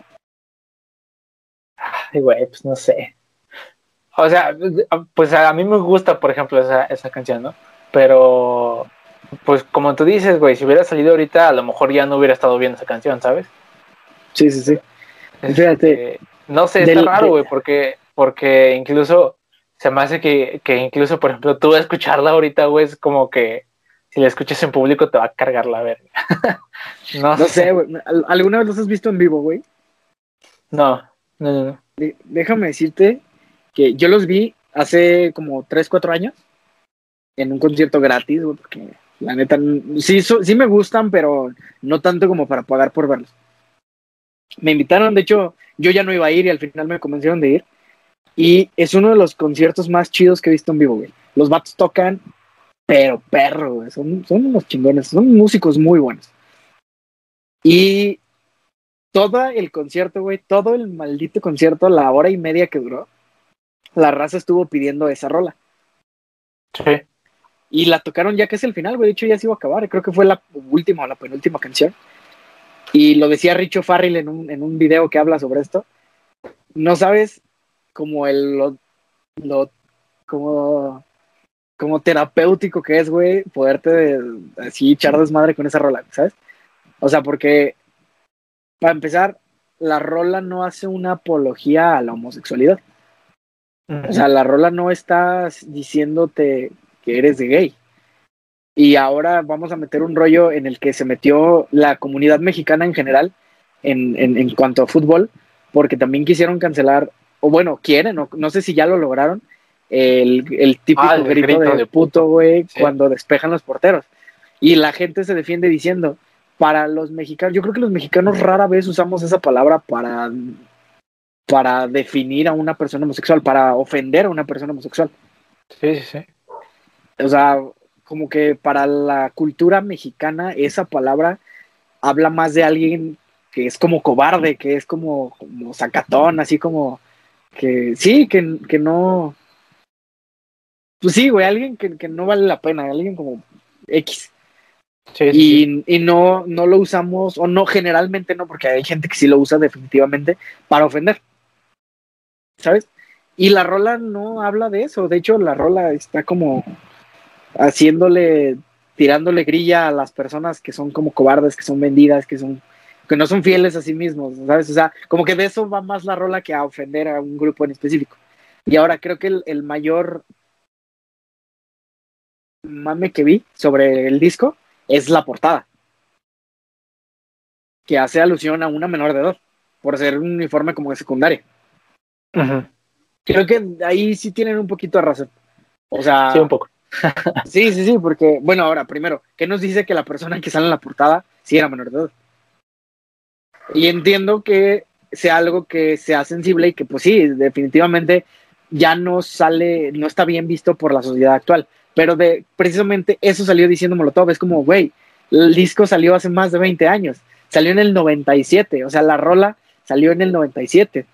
Ay, güey, pues no sé. O sea, pues a mí me gusta, por ejemplo, esa canción, ¿no? Pero, pues como tú dices, güey, si hubiera salido ahorita, a lo mejor ya no hubiera estado viendo esa canción, ¿sabes? Sí, sí, sí. Fíjate. No sé, está raro, güey, porque incluso se me hace que incluso, por ejemplo, tú escucharla ahorita, güey, es como que si la escuchas en público te va a cargar la verga. No sé, güey. ¿Alguna vez los has visto en vivo, güey? No. Déjame decirte que yo los vi hace como 3, 4 años en un concierto gratis, güey, porque la neta, sí me gustan, pero no tanto como para pagar por verlos. Me invitaron, de hecho, yo ya no iba a ir y al final me convencieron de ir. Y es uno de los conciertos más chidos que he visto en vivo, güey. Los vatos tocan, pero perro, güey. Son unos chingones, son músicos muy buenos. Y todo el concierto, güey, todo el maldito concierto, la hora y media que duró, la raza estuvo pidiendo esa rola. Sí. Y la tocaron ya que es el final, güey. De hecho, ya se iba a acabar. Creo que fue la última o la penúltima canción. Y lo decía Richo Farrell en un video que habla sobre esto. No sabes como como terapéutico que es, güey, poderte así echar desmadre con esa rola, ¿sabes? O sea, porque para empezar, la rola no hace una apología a la homosexualidad. O sea, la rola no está diciéndote que eres de gay. Y ahora vamos a meter un rollo en el que se metió la comunidad mexicana en general en cuanto a fútbol, porque también quisieron cancelar, o bueno, quieren, no sé si ya lo lograron, el típico grito de puto, güey, sí, cuando despejan los porteros. Y la gente se defiende diciendo, para los mexicanos, yo creo que los mexicanos rara vez usamos esa palabra para definir a una persona homosexual, para ofender a una persona homosexual. Sí, sí, sí. O sea, como que para la cultura mexicana esa palabra habla más de alguien que es como cobarde, que es como sacatón, así como que sí, que no. Pues sí, güey, alguien que no vale la pena, alguien como X. Sí, sí. Y no lo usamos, o no, generalmente no, porque hay gente que sí lo usa definitivamente para ofender, ¿sabes? Y la rola no habla de eso, de hecho la rola está como tirándole grilla a las personas que son como cobardes, que son vendidas, que no son fieles a sí mismos, ¿sabes? O sea, como que de eso va más la rola que a ofender a un grupo en específico. Y ahora creo que el mayor mame que vi sobre el disco es la portada, que hace alusión a una menor de edad, por ser un uniforme como de secundaria. Uh-huh. Creo que ahí sí tienen un poquito de razón. O sea, sí, un poco. sí, porque, bueno, ahora, primero, ¿qué nos dice que la persona que sale en la portada sí era menor de edad? Y entiendo que sea algo que sea sensible y que, pues sí, definitivamente ya no está bien visto por la sociedad actual. Pero precisamente eso salió diciendo Molotov. Es como, güey, el disco salió hace más de 20 años. Salió en el 97. O sea, la rola salió en el 97.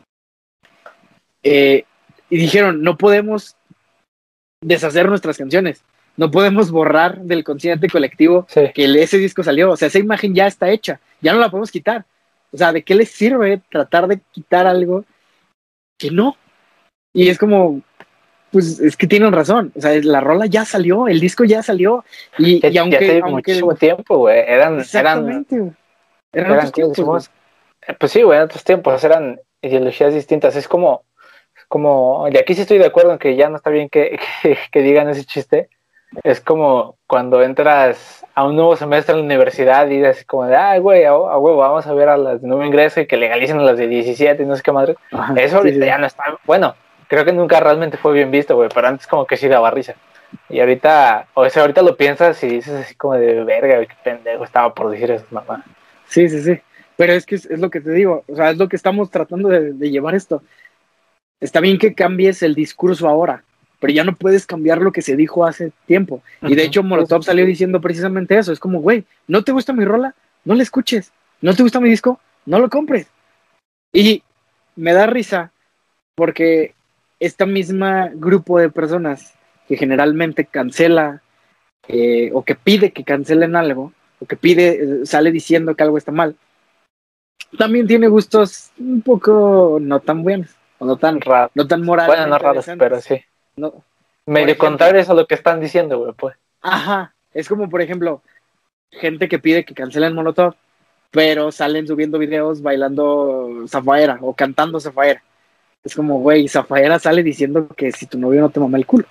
Y dijeron, no podemos deshacer nuestras canciones. No podemos borrar del consciente colectivo que ese disco salió. O sea, esa imagen ya está hecha. Ya no la podemos quitar. O sea, ¿de qué les sirve tratar de quitar algo que no? Y es como, pues es que tienen razón. O sea, la rola ya salió, el disco ya salió. Y aunque. Muchísimo tiempo, güey. Exactamente. Eran otros tiempos. Pues sí, güey, en otros tiempos eran ideologías distintas. Es como. Y aquí sí estoy de acuerdo en que ya no está bien que digan ese chiste. Es como cuando entras a un nuevo semestre en la universidad y dices como de, ay, güey, a huevo, vamos a ver a las de nuevo ingreso y que legalicen a las de 17 y no sé qué madre. Ajá, Eso sí, ahorita sí. ya no está, bueno, creo que nunca realmente fue bien visto, güey, pero antes como que sí daba risa. Y ahorita, o sea, ahorita lo piensas y dices así como de, verga, güey, qué pendejo estaba por decir eso, mamá. Sí, sí, sí. Pero es que es lo que te digo, o sea, es lo que estamos tratando de llevar esto. Está bien que cambies el discurso ahora, pero ya no puedes cambiar lo que se dijo hace tiempo. Y de Ujú. hecho Molotov salió diciendo precisamente eso. Es como, güey, ¿no te gusta mi rola? No la escuches. ¿No te gusta mi disco? No lo compres. Y me da risa porque esta misma grupo de personas que generalmente cancela o que pide que cancelen algo, o que pide, sale diciendo que algo está mal, también tiene gustos un poco no tan buenos, o Raro. no tan Bueno, no moralmente raros, pero decentes. sí. No, por Medio ejemplo, contrarios a lo que están diciendo, güey, pues. ajá, es como por ejemplo, gente que pide que cancelen Molotov, pero salen subiendo videos bailando Zafaera o cantando Zafaera. Es como, güey, Zafaera sale diciendo que si tu novio no te mama el culo.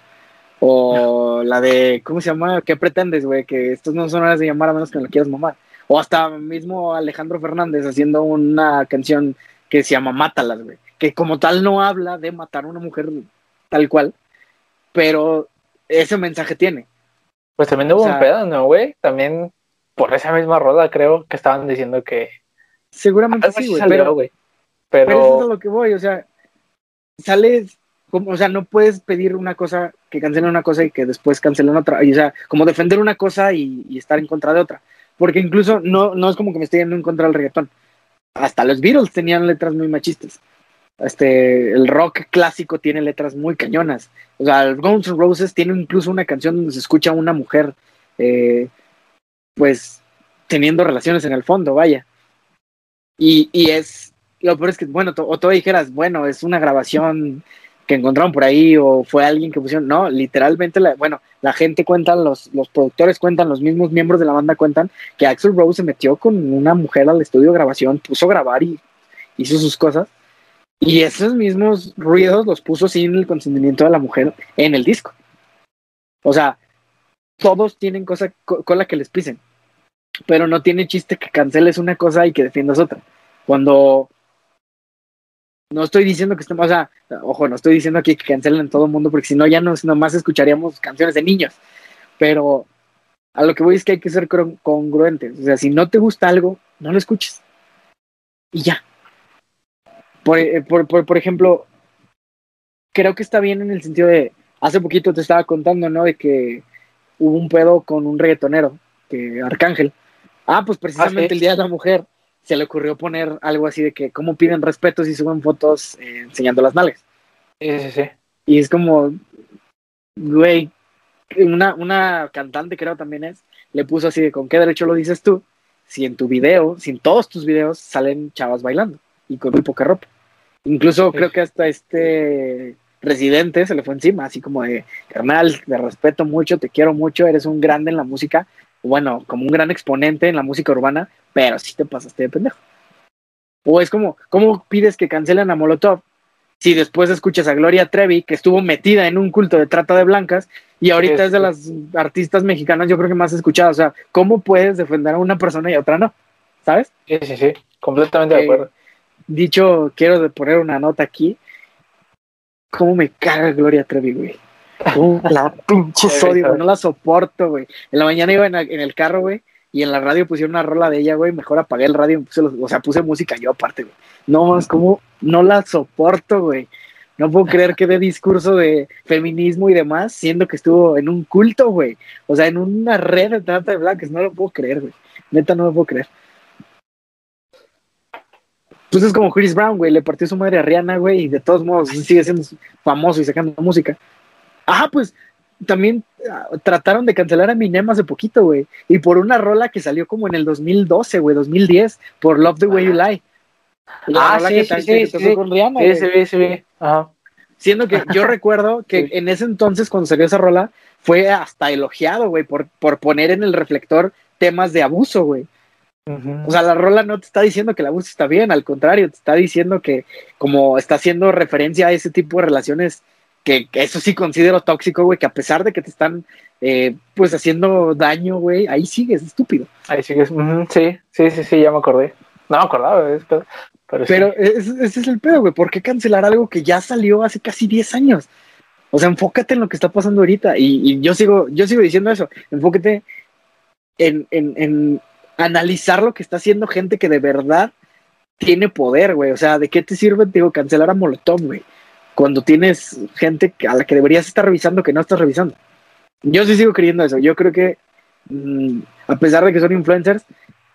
O la de, ¿cómo se llama? ¿Qué pretendes, güey? Que estos no son horas de llamar a menos que me lo quieras mamar. O hasta mismo Alejandro Fernández haciendo una canción que se llama Mátalas, güey. Que como tal no habla de matar a una mujer tal cual, pero ese mensaje tiene. Pues también O hubo un sea, pedo, ¿no, güey? También por esa misma rola creo que estaban diciendo que seguramente algo sí, así güey, salió, güey. pero eso es a Pero lo que voy. O sea, sales, como, o sea, no puedes pedir una cosa, que cancelen una cosa y que después cancelen otra. Y, o sea, como defender una cosa y estar en contra de otra. Porque incluso no es como que me esté yendo en contra del reggaetón. Hasta los Beatles tenían letras muy machistas. El rock clásico tiene letras muy cañonas. O sea, el Guns N' Roses tiene incluso una canción donde se escucha a una mujer, eh, pues, teniendo relaciones en el fondo, vaya. Y es, lo peor es que, bueno, o tú dijeras, bueno, es una grabación que encontraron por ahí o fue alguien que pusieron, no, literalmente, bueno, la gente cuenta, los productores cuentan, los mismos miembros de la banda cuentan que Axl Rose se metió con una mujer al estudio de grabación, puso a grabar y hizo sus cosas, y esos mismos ruidos los puso sin el consentimiento de la mujer en el disco. O sea, todos tienen cola que les pisen, pero no tiene chiste que canceles una cosa y que defiendas otra. Cuando no estoy diciendo que estemos, o sea, ojo, no estoy diciendo aquí que cancelen todo el mundo, porque si no, ya nomás escucharíamos canciones de niños. Pero a lo que voy es que hay que ser congruentes. O sea, si no te gusta algo, no lo escuches. Y ya. Por ejemplo, creo que está bien en el sentido de, hace poquito te estaba contando, ¿no? De que hubo un pedo con un reggaetonero, que Arcángel. Ah, pues ah, sí, precisamente el Día de la Mujer se le ocurrió poner algo así de que cómo piden respeto si suben fotos enseñando las nalgas. sí, sí, sí. Y es como, güey, una cantante creo también es, le puso así de con qué derecho lo dices tú, si en tu video, si en todos tus videos salen chavas bailando y con muy poca ropa. Incluso Sí. creo que hasta este Residente se le fue encima, así como de, carnal, te respeto mucho, te quiero mucho, eres un grande en la música, bueno, como un gran exponente en la música urbana, pero sí te pasaste de pendejo. O es como, ¿cómo pides que cancelen a Molotov si después escuchas a Gloria Trevi, que estuvo metida en un culto de trata de blancas, y Sí, ahorita es sí, de sí. las artistas mexicanas, yo creo que más escuchadas? O sea, ¿cómo puedes defender a una persona y a otra no? ¿Sabes? Sí, sí, sí, completamente de acuerdo. Dicho, quiero poner una nota aquí. ¿Cómo me caga Gloria Trevi, güey? ¿Cómo la pinche Qué odio, güey? risa. No la soporto, güey. En la mañana iba en el carro, güey, y en la radio pusieron una rola de ella, güey. Mejor apagué el radio y o sea, puse música yo aparte, güey. No más, como no la soporto, güey. No puedo creer que dé discurso de feminismo y demás, siendo que estuvo en un culto, güey. O sea, en una red de trata de blancas. No lo puedo creer, güey. Neta, no lo puedo creer. Pues es como Chris Brown, güey. Le partió su madre a Rihanna, güey, y de todos modos sigue siendo famoso y sacando música. Ajá, pues también trataron de cancelar a Eminem hace poquito, güey. Y por una rola que salió como en el 2012, güey, 2010, por Love the Way You Lie. La Ah, rola sí, sí, sí, que sí, tocó sí. con Rihanna, Sí, sí, güey. sí, sí. Ajá. Siendo que yo recuerdo que Sí. en ese entonces, cuando salió esa rola, fue hasta elogiado, güey, por poner en el reflector temas de abuso, güey. O Ujú. sea, la rola no te está diciendo que el abuso está bien, al contrario, te está diciendo que como está haciendo referencia a ese tipo de relaciones que eso sí considero tóxico, güey, que a pesar de que te están, pues, haciendo daño, güey, ahí sigues, estúpido. Ahí sigues. Sí, ya me acordé. No me acordaba de esto, pero sí. Pero ese es el pedo, güey. ¿Por qué cancelar algo que ya salió hace casi 10 años? O sea, enfócate en lo que está pasando ahorita. Y yo sigo diciendo eso. Enfócate en analizar lo que está haciendo gente que de verdad tiene poder, güey. O sea, ¿de qué te sirve, digo, cancelar a Molotov, güey? Cuando tienes gente a la que deberías estar revisando que no estás revisando. Yo sí sigo creyendo eso. Yo creo que, a pesar de que son influencers,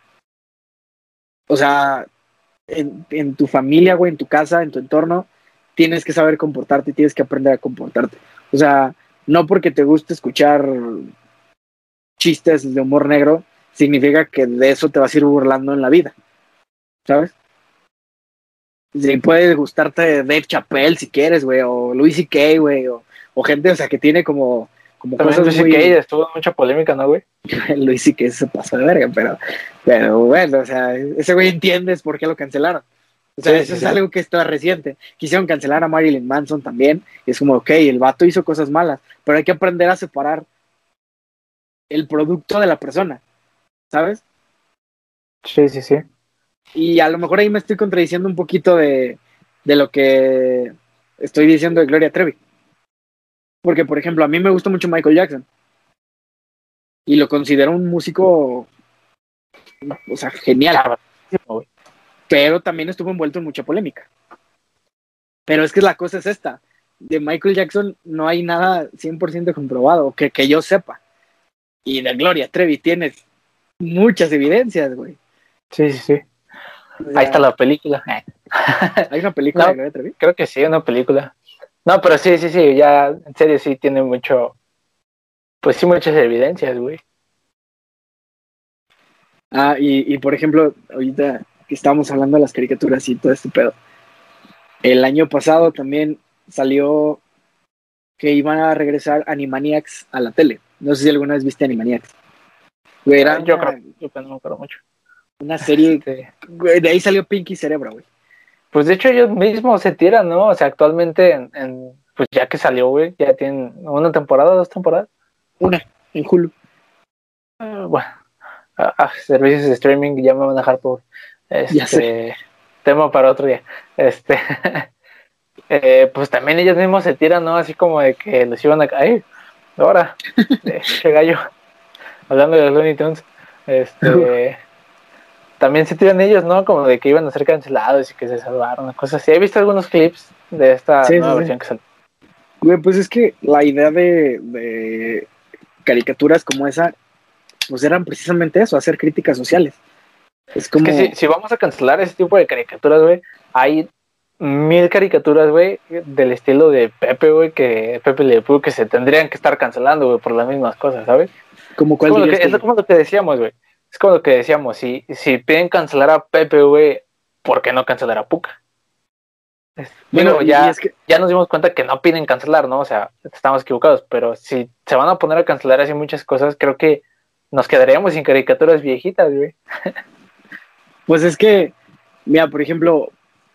o sea, en tu familia, güey, en tu casa, en tu entorno, tienes que saber comportarte y tienes que aprender a comportarte. O sea, no porque te guste escuchar chistes de humor negro, significa que de eso te vas a ir burlando en la vida, ¿sabes? Sí, puede gustarte Dave Chappelle si quieres, güey, o Louis C.K., güey, o gente, o sea, que tiene como También cosas Luis muy... C.K. estuvo en mucha polémica, ¿no, güey? Louis C.K. se pasó de verga, pero bueno, o sea, ese güey entiendes por qué lo cancelaron. O sea, eso es algo que está reciente. Quisieron cancelar a Marilyn Manson también. Y es como, ok, el vato hizo cosas malas, pero hay que aprender a separar el producto de la persona, ¿sabes? Sí. Y a lo mejor ahí me estoy contradiciendo un poquito de lo que estoy diciendo de Gloria Trevi. Porque, por ejemplo, a mí me gusta mucho Michael Jackson. Y lo considero un músico, o sea, genial. Pero también estuvo envuelto en mucha polémica. Pero es que la cosa es esta. De Michael Jackson no hay nada 100% comprobado, que yo sepa. Y de Gloria Trevi tienes muchas evidencias, güey. Sí. O Ahí está sea, la película. ¿hay una película No, de Gloria Trevi? creo que sí, una película. No, pero sí, ya, en serio, sí tiene mucho, pues sí, muchas evidencias, güey. Ah, y por ejemplo, ahorita que estábamos hablando de las caricaturas y todo este pedo, el año pasado también salió que iban a regresar Animaniacs a la tele. No sé si alguna vez viste Animaniacs. Güey, era Yo creo que no me acuerdo mucho. una serie, güey, de ahí salió Pinky Cerebro, güey. Pues de hecho ellos mismos se tiran, ¿no? O sea, actualmente pues ya que salió, güey, ya tienen una temporada, 2 temporadas. Una, en Hulu. Bueno, servicios de streaming ya me van a dejar por Ya sé. tema para otro día. Pues también ellos mismos se tiran, ¿no? Así como de que los iban a caer. Ahora, che gallo, hablando de los Looney Tunes, también se tiran ellos, ¿no? Como de que iban a ser cancelados y que se salvaron, cosas así. He visto algunos clips de esta Sí, nueva sí, sí. versión que salió. Güey, pues es que la idea de caricaturas como esa, pues eran precisamente eso, hacer críticas sociales. Es Es que como, si vamos a cancelar ese tipo de caricaturas, güey, hay 1000 caricaturas, güey, del estilo de Pepe, güey, que Pepe Le Pew, que se tendrían que estar cancelando, güey, por las mismas cosas, ¿sabes? como Es cuál como dirías tú, güey. como lo que decíamos, güey. Es como lo que decíamos, si piden cancelar a Pepe, güey, ¿por qué no cancelar a Puka? Bueno, Digo, y es que, ya nos dimos cuenta que no piden cancelar, ¿no? O sea, estamos equivocados, pero si se van a poner a cancelar así muchas cosas, creo que nos quedaríamos sin caricaturas viejitas, güey. pues es que, mira, por ejemplo,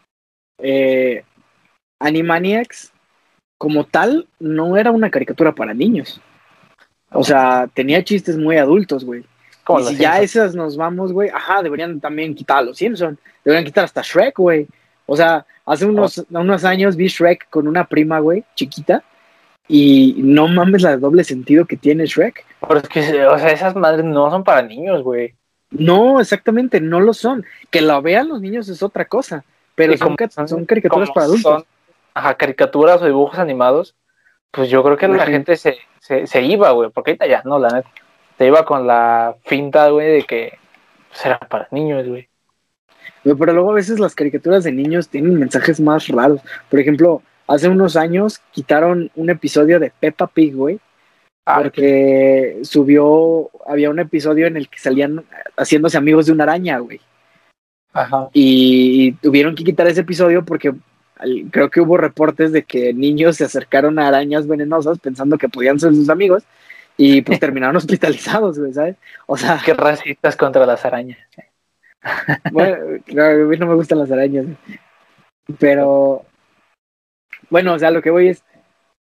Animaniacs, como tal, no era una caricatura para niños. O sea, tenía chistes muy adultos, güey. Como Y los si ya Simpsons. esas nos vamos, güey, ajá, deberían también quitar a los Simpsons. Deberían quitar hasta Shrek, güey. O sea, hace unos años vi Shrek con una prima, güey, chiquita. Y no mames la doble sentido que tiene Shrek. Pero es que, o sea, esas madres no son para niños, güey. No, exactamente, no lo son. Que lo vean los niños es otra cosa. Pero Y como son caricaturas como para adultos. son caricaturas o dibujos animados, pues yo creo que La la gente. gente se iba, güey, porque ahorita ya, no, la neta. Se iba con la finta, güey, de que pues, era para niños, güey. Pero luego a veces las caricaturas de niños tienen mensajes más raros. Por ejemplo, hace unos años quitaron un episodio de Peppa Pig, güey, Ay, porque había un episodio en el que salían haciéndose amigos de una araña, güey. ajá. Y tuvieron que quitar ese episodio porque creo que hubo reportes de que niños se acercaron a arañas venenosas pensando que podían ser sus amigos y pues terminaron hospitalizados, güey, ¿sabes? O sea, Qué racistas contra las arañas. bueno, claro, a mí no me gustan las arañas, pero bueno, o sea, lo que voy es,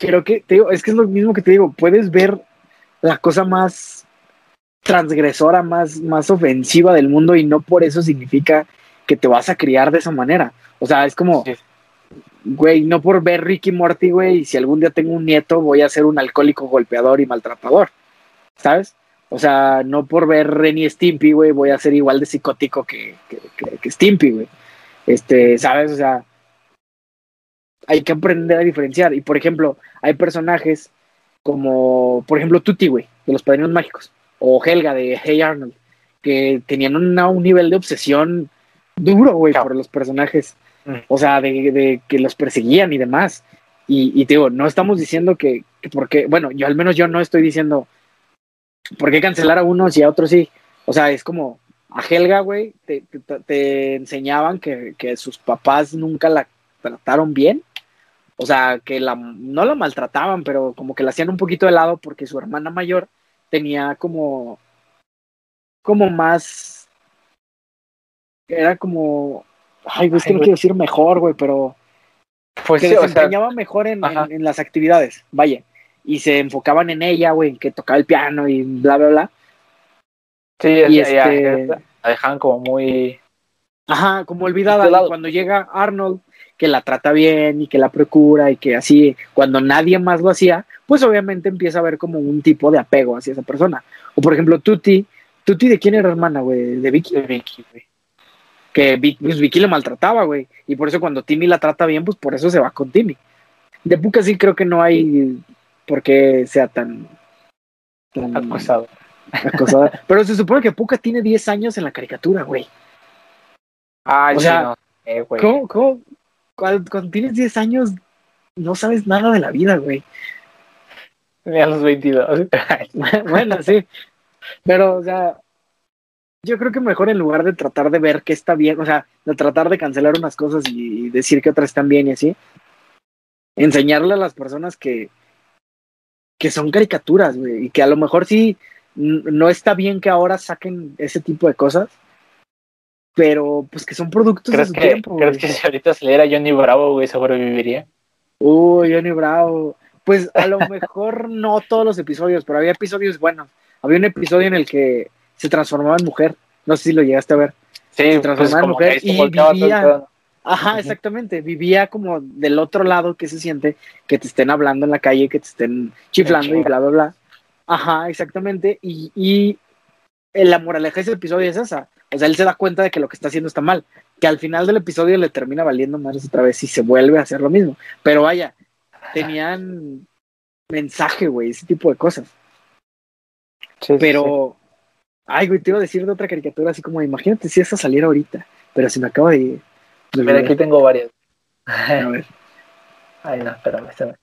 creo que, te digo, es que es lo mismo que te digo, puedes ver la cosa más transgresora, más ofensiva del mundo y no por eso significa que te vas a criar de esa manera. O sea, es como, Sí. güey, no por ver Ricky Morty, güey, y si algún día tengo un nieto voy a ser un alcohólico golpeador y maltratador, ¿sabes? O sea, no por ver Ren y Stimpy, güey, voy a ser igual de psicótico que Stimpy, güey. ¿Sabes? O sea, hay que aprender a diferenciar. Y por ejemplo, hay personajes como, por ejemplo, Tutti, güey, de los Padrinos Mágicos, o Helga de Hey Arnold, que tenían un nivel de obsesión duro, güey, por los personajes. O sea, de que los perseguían y demás. Y te digo, no estamos diciendo que porque, bueno, yo al menos yo no estoy diciendo por qué cancelar a unos y a otros sí. O sea, es como a Helga, güey, te enseñaban que sus papás nunca la trataron bien. O sea, que no la maltrataban, pero como que la hacían un poquito de lado porque su hermana mayor tenía como más, era como, ay, güey, es que no quiero decir mejor, güey, pero pues que sí, desempeñaba mejor en las actividades, vaya, y se enfocaban en ella, güey, que tocaba el piano y bla, bla, bla. sí, Y la dejan como muy ajá, como de olvidada, y lado. cuando llega Arnold, que la trata bien y que la procura y que así, cuando nadie más lo hacía, pues obviamente empieza a haber como un tipo de apego hacia esa persona. O por ejemplo, Tutti, ¿de quién era hermana, güey? ¿De Vicky? De Vicky, güey. Que pues Vicky lo maltrataba, güey. Y por eso cuando Timmy la trata bien, pues por eso se va con Timmy. De Puka sí creo que no hay por qué sea tan Acosado. acosada. Pero se supone que Puka tiene 10 años en la caricatura, güey. Ay, O sí, sea, no sé, güey. ¿cómo? Cuando tienes 10 años no sabes nada de la vida, güey. Ni a los 22. Bueno, sí. Pero, o sea, yo creo que mejor en lugar de tratar de ver qué está bien, o sea, de tratar de cancelar unas cosas y decir que otras están bien y así, enseñarle a las personas que son caricaturas, güey, y que a lo mejor sí no está bien que ahora saquen ese tipo de cosas, pero pues que son productos de su tiempo, ¿Crees güey. que si ahorita saliera Johnny Bravo, güey, sobreviviría? Uy, Johnny Bravo. Pues a lo mejor no todos los episodios, pero había episodios buenos. Había un episodio en el que se transformaba en mujer. No sé si lo llegaste a ver. Se Sí, pues transformaba en como que mujer ahí se y volteaba todo el vivía. pedo. Ajá, Ujú. exactamente. Vivía como del otro lado que se siente que te estén hablando en la calle, que te estén En chiflando y chinga. bla, bla, bla. Ajá, exactamente. Y la moraleja de ese episodio es esa. O sea, él se da cuenta de que lo que está haciendo está mal. Que al final del episodio le termina valiendo madres otra vez y se vuelve a hacer lo mismo. Pero vaya, tenían mensaje, güey, ese tipo de cosas. Sí, sí, sí. Pero, ay, güey, te iba a decir de otra caricatura así como, imagínate si esa saliera ahorita, pero se me acaba de Mira, olvidar. aquí tengo varias. A ver. Ay, no, espérame.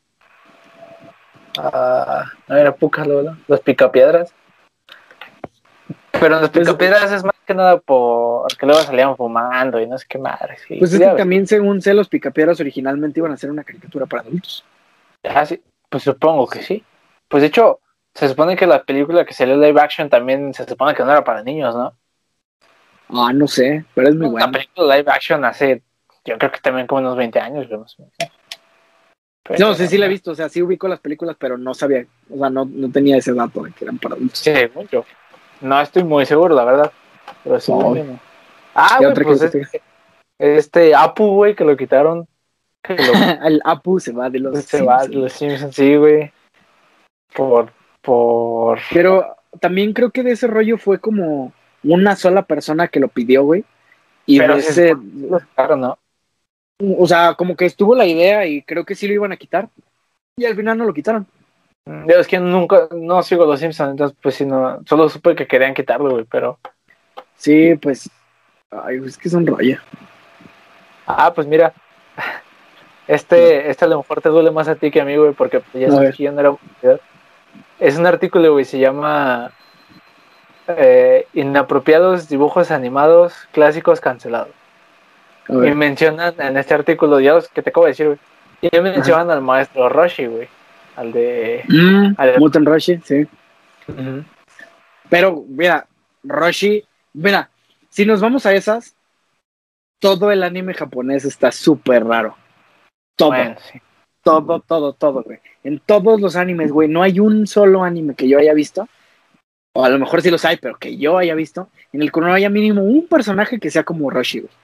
No era Pucas, los Picapiedras. Pero los Pues, Picapiedras es más que nada porque luego salían fumando y no sé qué madre. Sí, pues sí, es que ya ves. también, según sé, los Picapiedras originalmente iban a ser una caricatura para adultos. Ah, sí, pues supongo que sí. Pues de hecho, se supone que la película que salió live action también se supone que no era para niños, ¿no? Ah, no sé, pero es muy La buena. película live action hace, yo creo que también como unos 20 años, más o menos. No sé Pero si la he no, visto, o sea, sí ubico las películas, pero no sabía, o sea, no tenía ese dato de que eran para adultos. según yo. No estoy muy seguro, la verdad. Pero según No, yo no. Ah, ¿qué güey, otra pues caricatura? este Apu, güey, que lo quitaron, que lo El Apu se va de los se va de Simpsons. los Simpsons, sí, güey. Por, por. Pero también creo que de ese rollo fue como una sola persona que lo pidió, güey. Y Pero de se ese, supone que lo quitaron, ¿no? o sea, como que estuvo la idea y creo que sí lo iban a quitar. Y al final no lo quitaron. Yo es que nunca, no sigo los Simpsons, entonces pues sí, no, solo supe que querían quitarlo, güey, pero. Sí, pues, ay, es que es un rollo. Ah, pues mira, este a lo mejor te duele más a ti que a mí, güey, porque pues, ya A sabes ver, que yo no era. Es un artículo, güey, se llama Inapropiados dibujos animados clásicos cancelados. a Y ver. mencionan en este artículo, ya los que te acabo de decir, güey, y Ajá. mencionan al maestro Roshi, güey, al de. Muten Roshi, sí. Ujú. Pero, mira, Roshi, mira, si nos vamos a esas, todo el anime japonés está súper raro. Todo, Bueno, sí. todo, güey. En todos los animes, güey, no hay un solo anime que yo haya visto, o a lo mejor sí los hay, pero que yo haya visto, en el que no haya mínimo un personaje que sea como Roshi, güey.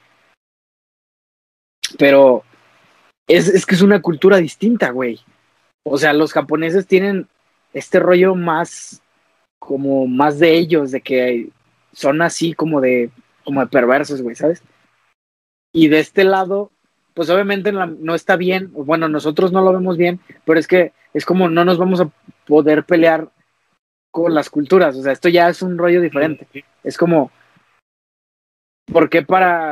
Pero es que es una cultura distinta, güey. O sea, los japoneses tienen este rollo más, como más de ellos, de que son así como de perversos, güey, ¿sabes? Y de este lado, pues obviamente no está bien, bueno, nosotros no lo vemos bien, pero es que es como no nos vamos a poder pelear con las culturas, o sea, esto ya es un rollo diferente. Es como, ¿por qué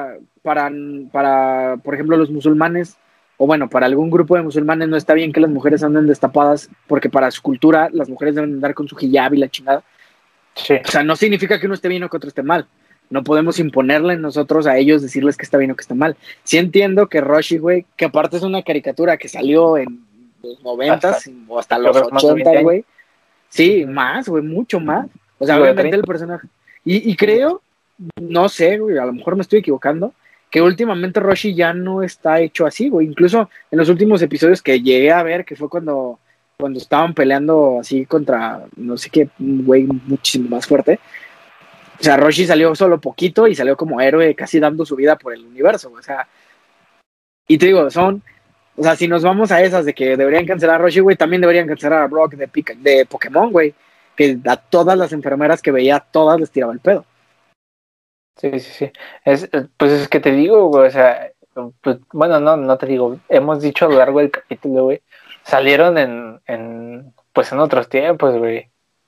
por ejemplo, los musulmanes, o bueno, para algún grupo de musulmanes no está bien que las mujeres anden destapadas, porque para su cultura las mujeres deben andar con su hijab y la chingada? Sí. O sea, no significa que uno esté bien o que otro esté mal. No podemos imponerle nosotros a ellos decirles que está bien o que está mal. Sí entiendo que Roshi, güey, que aparte es una caricatura que salió en los 90s o hasta los 80, güey. Sí, más, güey, mucho más. O sea, obviamente el personaje. Y creo, no sé, güey, a lo mejor me estoy equivocando, que últimamente Roshi ya no está hecho así, güey. Incluso en los últimos episodios que llegué a ver, que fue cuando estaban peleando así contra no sé qué, un güey muchísimo más fuerte. O sea, Roshi salió solo poquito y salió como héroe casi dando su vida por el universo, güey. O sea, y te digo, o sea, si nos vamos a esas de que deberían cancelar a Roshi, güey, también deberían cancelar a Brock de Pokémon, güey. Que a todas las enfermeras que veía, todas les tiraba el pedo. Sí, sí, sí. Pues es que te digo, güey, o sea, pues, bueno, no te digo, hemos dicho a lo largo del capítulo, güey, salieron pues en otros tiempos, güey.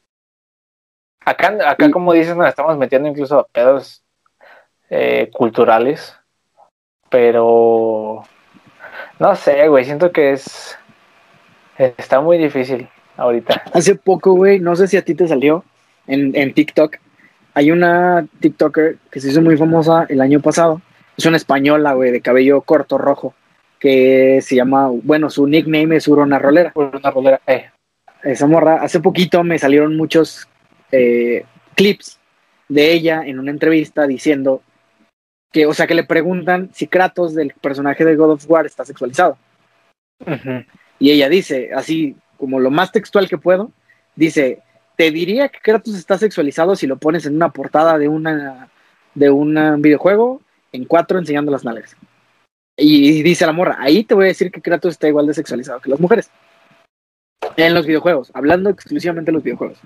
Acá como dices, nos estamos metiendo incluso a pedos culturales, pero no sé, güey, siento que está muy difícil ahorita. Hace poco, güey, no sé si a ti te salió en TikTok. Hay una TikToker que se hizo muy famosa el año pasado. Es una española, güey, de cabello corto, rojo, que se llama, bueno, su nickname es Urona Rolera. Una rolera, Esa morra, hace poquito me salieron muchos clips de ella en una entrevista diciendo que, o sea, que le preguntan si Kratos del personaje de God of War está sexualizado. Uh-huh. Y ella dice, así como lo más textual que puedo, dice, te diría que Kratos está sexualizado si lo pones en una portada de un videojuego en 4 enseñando las nalgas. Y dice la morra, ahí te voy a decir que Kratos está igual de sexualizado que las mujeres. En los videojuegos, hablando exclusivamente de los videojuegos.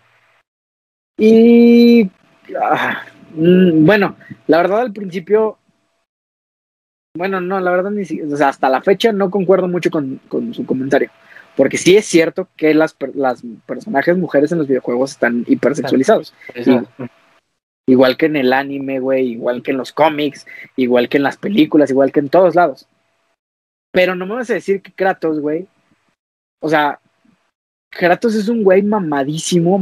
Y bueno, la verdad al principio, bueno, no, la verdad o sea, hasta la fecha no concuerdo mucho con su comentario. Porque sí es cierto que las personajes mujeres en los videojuegos están hipersexualizados. Igual que en el anime, güey, igual que en los cómics, igual que en las películas, igual que en todos lados. Pero no me vas a decir que Kratos, güey, o sea, Kratos es un güey mamadísimo,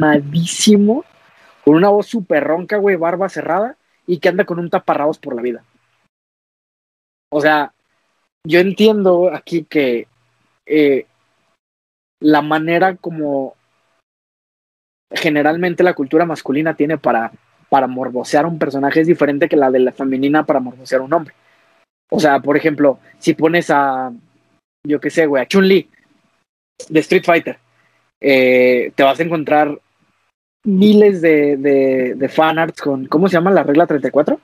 con una voz súper ronca, güey, barba cerrada, y que anda con un taparrabos por la vida. O sea, yo entiendo aquí que la manera como generalmente la cultura masculina tiene para morbosear a un personaje es diferente que la de la femenina para morbosear a un hombre. O sea, por ejemplo, si pones yo qué sé, güey, a Chun-Li de Street Fighter, te vas a encontrar miles de fanarts con, ¿cómo se llama la regla 34?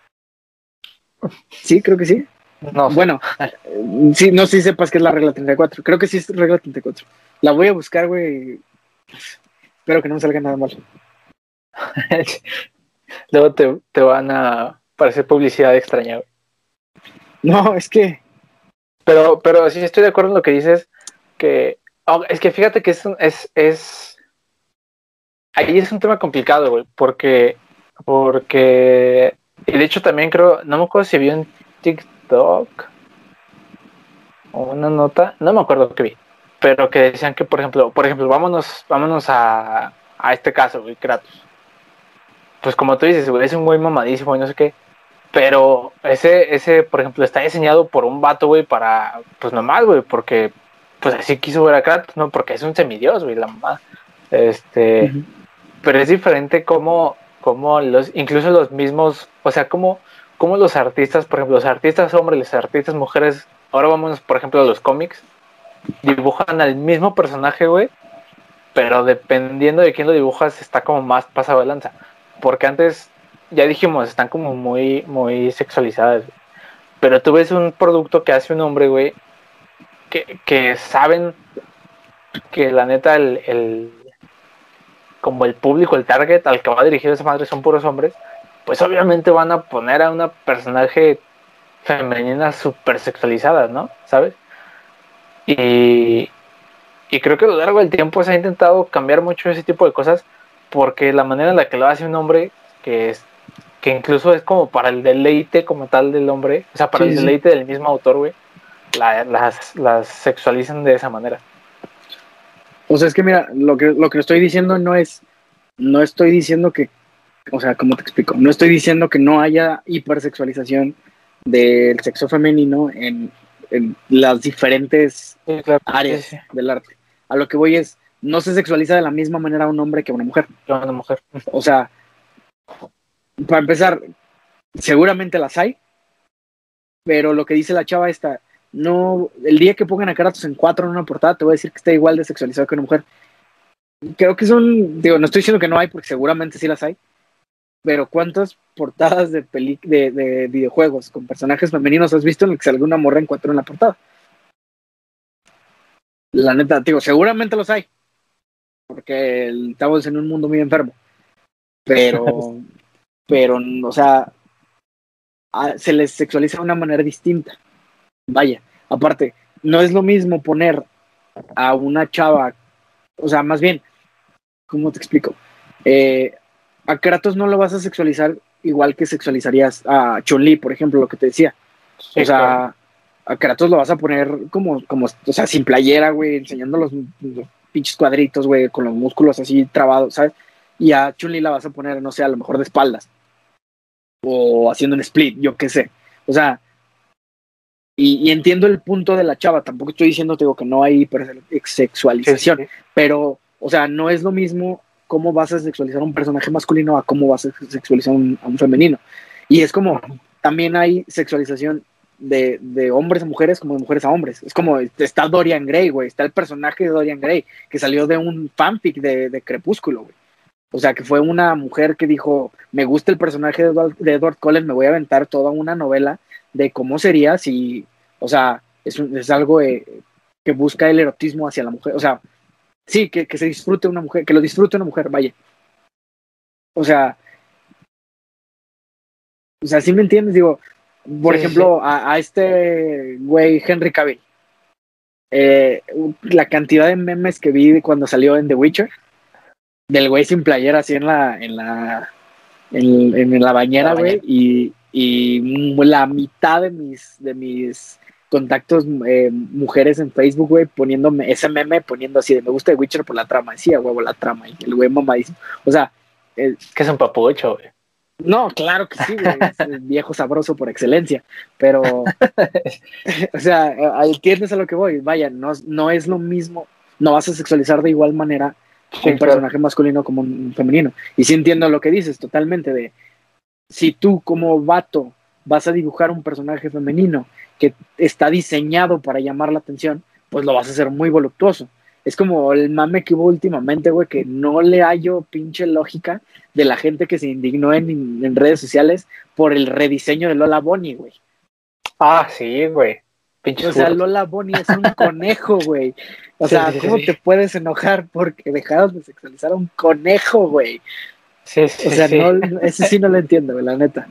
Sí, creo que sí. No. Bueno, sí, no sé si sepas qué es la regla 34. Creo que sí es regla 34. La voy a buscar, güey. Espero que no me salga nada mal. Luego te van a parecer publicidad extraña, güey. No, es que... Pero sí estoy de acuerdo en lo que dices, que es que fíjate que ahí es un tema complicado, güey, porque y de hecho también creo, no me acuerdo si vi en TikTok o una nota, no me acuerdo qué vi, pero que decían que por ejemplo, vámonos a este caso, güey, Kratos. Pues como tú dices, güey, es un güey mamadísimo y no sé qué. Pero ese, por ejemplo, está diseñado por un vato, güey, para, pues nomás, güey, porque, pues así quiso ver a Kratos, ¿no? Porque es un semidios, güey, la mamá. Uh-huh. Pero es diferente como incluso los mismos, o sea, como los artistas, por ejemplo, los artistas hombres, los artistas mujeres, ahora vamos, por ejemplo, a los cómics, dibujan al mismo personaje, güey, pero dependiendo de quién lo dibujas está como más pasado de lanza. Porque antes, ya dijimos, están como muy, muy sexualizadas, güey. Pero tú ves un producto que hace un hombre, güey, que saben que la neta como el público, el target al que va dirigido esa madre son puros hombres, pues obviamente van a poner a una personaje femenina súper sexualizada, ¿no? ¿Sabes? Y, y creo que a lo largo del tiempo se ha intentado cambiar mucho ese tipo de cosas porque la manera en la que lo hace un hombre, que incluso es como para el deleite como tal del hombre, o sea, para Sí, el sí, sí. deleite del mismo autor, güey, las sexualizan de esa manera. O sea, es que mira, lo que estoy diciendo no estoy diciendo que, o sea, ¿cómo te explico? No estoy diciendo que no haya hipersexualización del sexo femenino en las diferentes Sí, claro. Sí, áreas sí, del arte. A lo que voy es, no se sexualiza de la misma manera a un hombre que a una mujer. yo una mujer. O sea, para empezar, seguramente las hay, pero lo que dice la chava esta, no, el día que pongan a Kratos en 4 en una portada, te voy a decir que está igual de sexualizado que una mujer. Creo que son, digo, no estoy diciendo que no hay, porque seguramente sí las hay, pero ¿cuántas portadas de videojuegos con personajes femeninos has visto en el que salga una morra en 4 en la portada? La neta, digo, seguramente los hay, porque estamos en un mundo muy enfermo, pero, pero, o sea, se les sexualiza de una manera distinta. Vaya, aparte, no es lo mismo poner a una chava, o sea, más bien, ¿cómo te explico? A Kratos no lo vas a sexualizar igual que sexualizarías a Chun-Li, por ejemplo, lo que te decía. O Sí, claro. sea, a Kratos lo vas a poner como o sea, sin playera, güey, enseñando los pinches cuadritos, güey, con los músculos así trabados, ¿sabes? Y a Chun-Li la vas a poner, no sé, a lo mejor de espaldas. O haciendo un split, yo qué sé. O sea, y entiendo el punto de la chava, tampoco estoy diciendo, te digo, que no hay Sí, sí, hipersexualización, sí. pero, o sea, no es lo mismo cómo vas a sexualizar a un personaje masculino a cómo vas a sexualizar a un femenino. Y es como, también hay sexualización de hombres a mujeres como de mujeres a hombres. Es como, está Dorian Gray, güey, está el personaje de Dorian Gray, que salió de un fanfic de Crepúsculo, güey. O sea, que fue una mujer que dijo, me gusta el personaje de Edward Cullen, me voy a aventar toda una novela de cómo sería si, o sea, es algo que busca el erotismo hacia la mujer. O sea, sí, que se disfrute una mujer, que lo disfrute una mujer, vaya. O sea, sí me entiendes, digo, por Sí, sí, sí. ejemplo, a este güey Henry Cavill, la cantidad de memes que vi cuando salió en The Witcher, del güey sin playera así en la La bañera, güey, bañera. y la mitad de mis contactos mujeres en Facebook, güey, poniéndome ese meme, poniendo así de me gusta The Witcher por la trama, decía, huevo, la trama, y el güey mamadísimo. O sea, Es que es un papucho, güey. no, claro que sí, güey, es el viejo sabroso por excelencia, pero, o sea, entiendes a lo que voy, vaya, no es lo mismo, no vas a sexualizar de igual manera a Sí, un claro. personaje masculino como un femenino. Y sí entiendo lo que dices totalmente de si tú como vato vas a dibujar un personaje femenino que está diseñado para llamar la atención, pues lo vas a hacer muy voluptuoso. Es como el mame que hubo últimamente, güey, que no le hallo pinche lógica de la gente que se indignó en redes sociales por el rediseño de Lola Bonnie, güey. Ah, sí, güey. Pinches O sea, furros. Lola Bonnie es un conejo, güey. O Sí, sea, sí, ¿cómo sí. te puedes enojar porque dejaron de sexualizar a un conejo, güey? Sí, O sí, sea, sí. no, ese sí no lo entiendo, güey, la neta.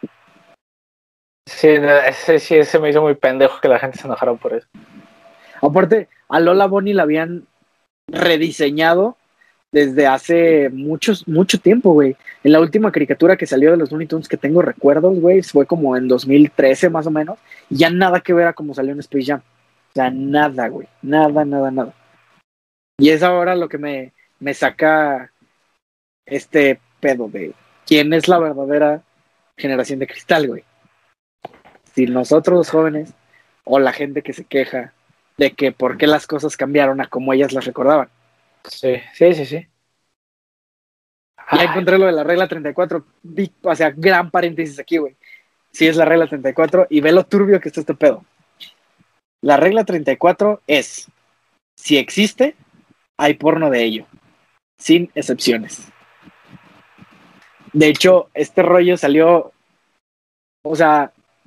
Sí, no, ese sí, ese me hizo muy pendejo que la gente se enojara por eso. Aparte, a Lola Bonnie la habían rediseñado desde hace mucho tiempo, güey. En la última caricatura que salió de los Looney Tunes que tengo recuerdos, güey, fue como en 2013 más o menos. Y ya nada que ver a como salió en Space Jam. O sea, nada, güey. Nada, nada, nada. Y es ahora lo que me saca este pedo de quién es la verdadera generación de cristal, güey. Si nosotros los jóvenes o la gente que se queja de que por qué las cosas cambiaron a como ellas las recordaban. Sí, sí, sí, sí. Ya Ay, encontré lo de la regla 34, o sea, gran paréntesis aquí, güey. Sí es la regla 34 y ve lo turbio que está este pedo. La regla 34 es, si existe, hay porno de ello, sin excepciones. De hecho, este rollo salió, o sea,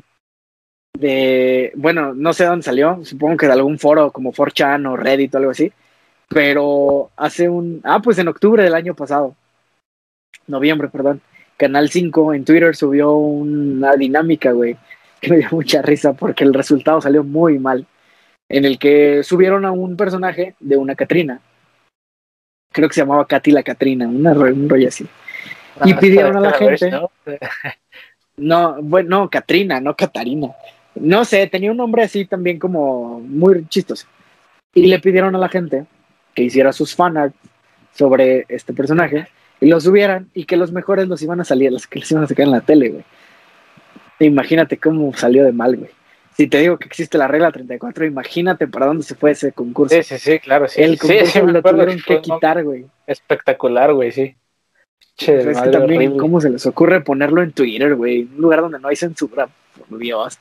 bueno, no sé dónde salió, supongo que de algún foro como 4chan o Reddit o algo así, pero pues en octubre del año pasado, noviembre, perdón, Canal 5 en Twitter subió una dinámica, güey, que me dio mucha risa porque el resultado salió muy mal, en el que subieron a un personaje de una Catrina, creo que se llamaba Katy la Catrina, un rollo así, y pidieron a la gente... No, bueno, no, Catrina, no Catarina. No sé, tenía un nombre así también como muy chistoso. Y le pidieron a la gente que hiciera sus fanart sobre este personaje y los subieran y que los mejores los iban a salir, los que les iban a sacar en la tele, güey. Imagínate cómo salió de mal, güey. Si te digo que existe la regla 34, imagínate para dónde se fue ese concurso. Sí, claro, sí. El concurso sí, lo tuvieron que quitar, güey. Espectacular, güey, sí. Che, es que también, horrible. ¿Cómo se les ocurre ponerlo en Twitter, güey? Un lugar donde no hay censura, por Dios.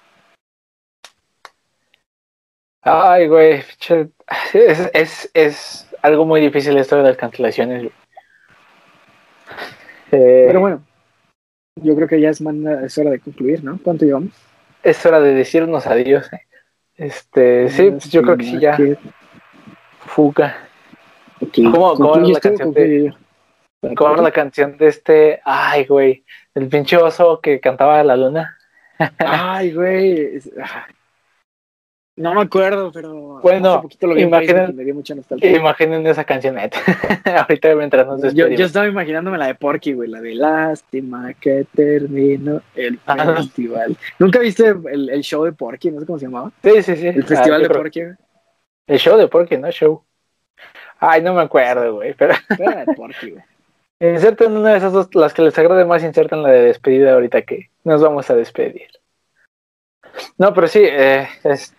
Ay, güey, es algo muy difícil esto de las cancelaciones. Pero bueno, yo creo que ya es hora de concluir, ¿no? ¿Cuánto llevamos? Es hora de decirnos adiós. Sí, pues yo creo que sí, ya. Fuga. Okay. ¿Cómo era la canción de... ¿Cómo era la canción de ay, güey, el pinche oso que cantaba La Luna? Ay, güey. No me acuerdo, pero bueno, hace poquito lo vi y me dio mucha nostalgia. Imaginen esa cancioneta. Ahorita mientras nos despedimos. Yo estaba imaginándome la de Porky, güey, la de lástima que terminó el festival. ¿Nunca viste el show de Porky? No sé cómo se llamaba. Sí. El festival de Porky. El show de Porky, no show. Ay, no me acuerdo, güey, pero... Era de Porky, güey. Inserten una de esas dos, las que les agrade más, inserten la de despedida ahorita que nos vamos a despedir. No, pero sí, es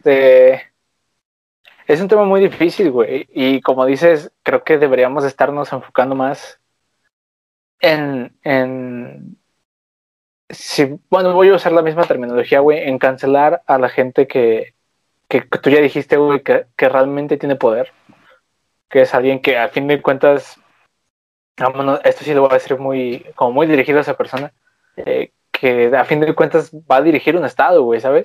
un tema muy difícil, güey, y como dices, creo que deberíamos estarnos enfocando más bueno, voy a usar la misma terminología, güey, en cancelar a la gente que tú ya dijiste, güey, que realmente tiene poder, que es alguien que a fin de cuentas, vámonos, esto sí lo voy a decir muy dirigido a esa persona, que a fin de cuentas va a dirigir un estado, güey, ¿sabes?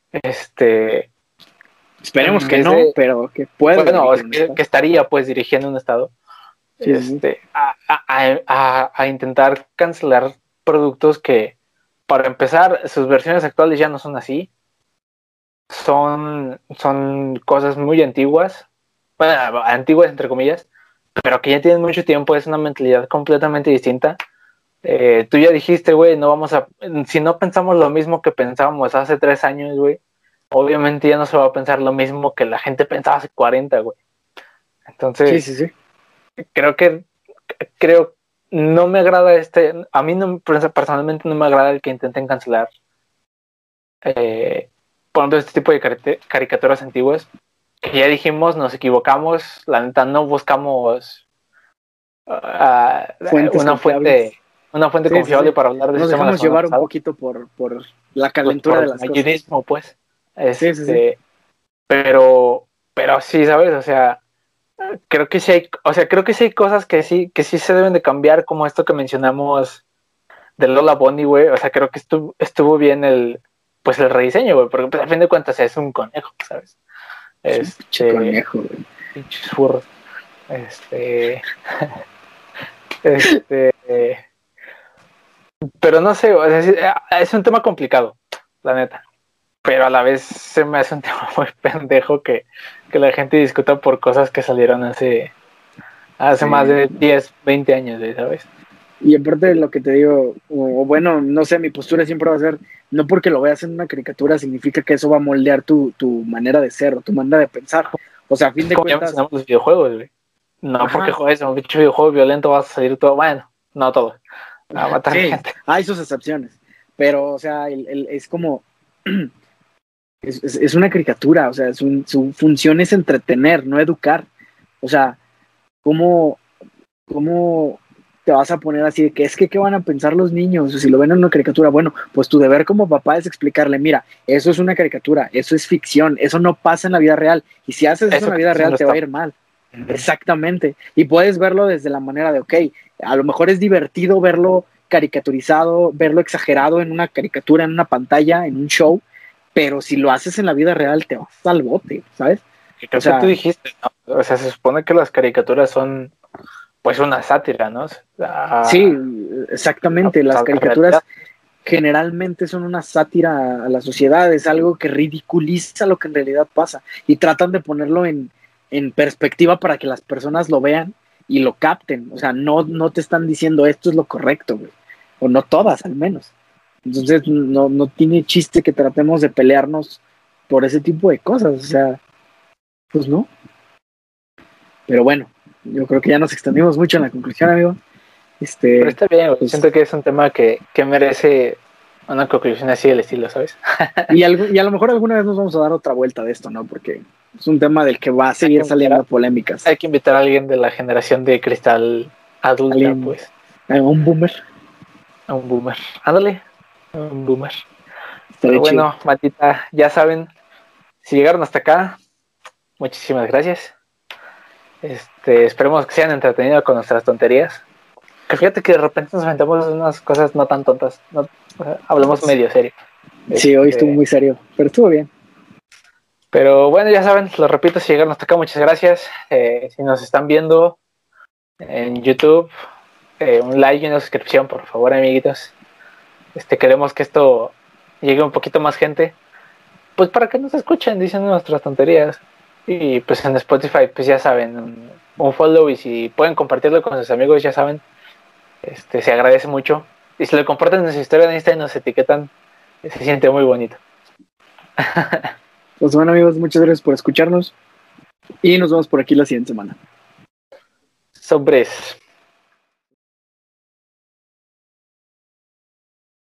Esperemos que no, pero que pueda. Bueno, que estaría pues dirigiendo un estado. Sí. A intentar cancelar productos que, para empezar, sus versiones actuales ya no son así. Son cosas muy antiguas, bueno, antiguas entre comillas, pero que ya tienen mucho tiempo, es una mentalidad completamente distinta. Tú ya dijiste, güey, si no pensamos lo mismo que pensábamos hace 3 años, güey, obviamente ya no se va a pensar lo mismo que la gente pensaba hace 40, güey. Entonces, sí. Creo, no me agrada a mí no, personalmente no me agrada el que intenten cancelar, por ejemplo, este tipo de caricaturas antiguas, que ya dijimos, nos equivocamos, la neta no buscamos una fuente confiable para hablar de nos dejamos llevar un poquito por la calentura de las cosas. Pues. Sí. Pero sí, ¿sabes? O sea, creo que sí hay cosas que sí se deben de cambiar, como esto que mencionamos de Lola Bunny, güey. O sea, creo que estuvo bien el rediseño, güey, porque pues, a fin de cuentas es un conejo, ¿sabes? Conejo, güey. Pinches furros. Pero no sé, o sea, es un tema complicado, la neta. Pero a la vez se me hace un tema muy pendejo que la gente discuta por cosas que salieron hace más de 10, 20 años, ¿sabes? Y aparte de lo que te digo, o bueno, no sé, mi postura siempre va a ser, no porque lo veas en una caricatura significa que eso va a moldear tu manera de ser o tu manera de pensar. O sea, a fin de cuentas... Ya los videojuegos, güey. No, porque juegues un videojuego violento vas a salir todo, bueno, no todo. A matar gente. Hay sus excepciones, pero, o sea, es como... Es una caricatura, o sea, su función es entretener, no educar. O sea, ¿cómo te vas a poner así de que es que qué van a pensar los niños si lo ven en una caricatura. Bueno, pues tu deber como papá es explicarle, mira, eso es una caricatura, eso es ficción, eso no pasa en la vida real, y si haces eso en la vida real te va a ir mal. Exactamente. Y puedes verlo desde la manera de, ok, a lo mejor es divertido verlo caricaturizado, verlo exagerado en una caricatura, en una pantalla, en un show, pero si lo haces en la vida real te vas al bote, ¿sabes? Creo que tú dijiste, ¿no? O sea, se supone que las caricaturas son pues una sátira, ¿no? Sí, exactamente. Las caricaturas generalmente son una sátira a la sociedad, es algo que ridiculiza lo que en realidad pasa y tratan de ponerlo en perspectiva para que las personas lo vean y lo capten. O sea, no te están diciendo esto es lo correcto, güey. O no todas, al menos. Entonces, no tiene chiste que tratemos de pelearnos por ese tipo de cosas. O sea, pues no. Pero bueno, yo creo que ya nos extendimos mucho en la conclusión, amigo. Pero está bien, güey. Pues, Siento que es un tema que merece una conclusión así del estilo, ¿sabes? y a lo mejor alguna vez nos vamos a dar otra vuelta de esto, ¿no? Porque es un tema del que va a seguir saliendo polémicas. Hay que invitar a alguien de la generación de cristal adulta, pues. A un boomer. A un boomer. Ándale, a un boomer. Pero bueno, Matita, ya saben, si llegaron hasta acá, muchísimas gracias. Esperemos que se hayan entretenido con nuestras tonterías. Que fíjate que de repente nos aventamos unas cosas no tan tontas. No, hablamos medio serio. Sí, hoy estuvo muy serio, pero estuvo bien. Pero bueno, ya saben, lo repito, si llegaron hasta acá, muchas gracias. Si nos están viendo en YouTube, un like y una suscripción, por favor, amiguitos. Queremos que esto llegue un poquito más gente, pues para que nos escuchen diciendo nuestras tonterías. Y pues en Spotify, pues ya saben, un follow, y si pueden compartirlo con sus amigos, ya saben, se agradece mucho. Y si lo comparten en su historia de Instagram y nos etiquetan, se siente muy bonito. Pues bueno, amigos, muchas gracias por escucharnos y nos vemos por aquí la siguiente semana. Sobres.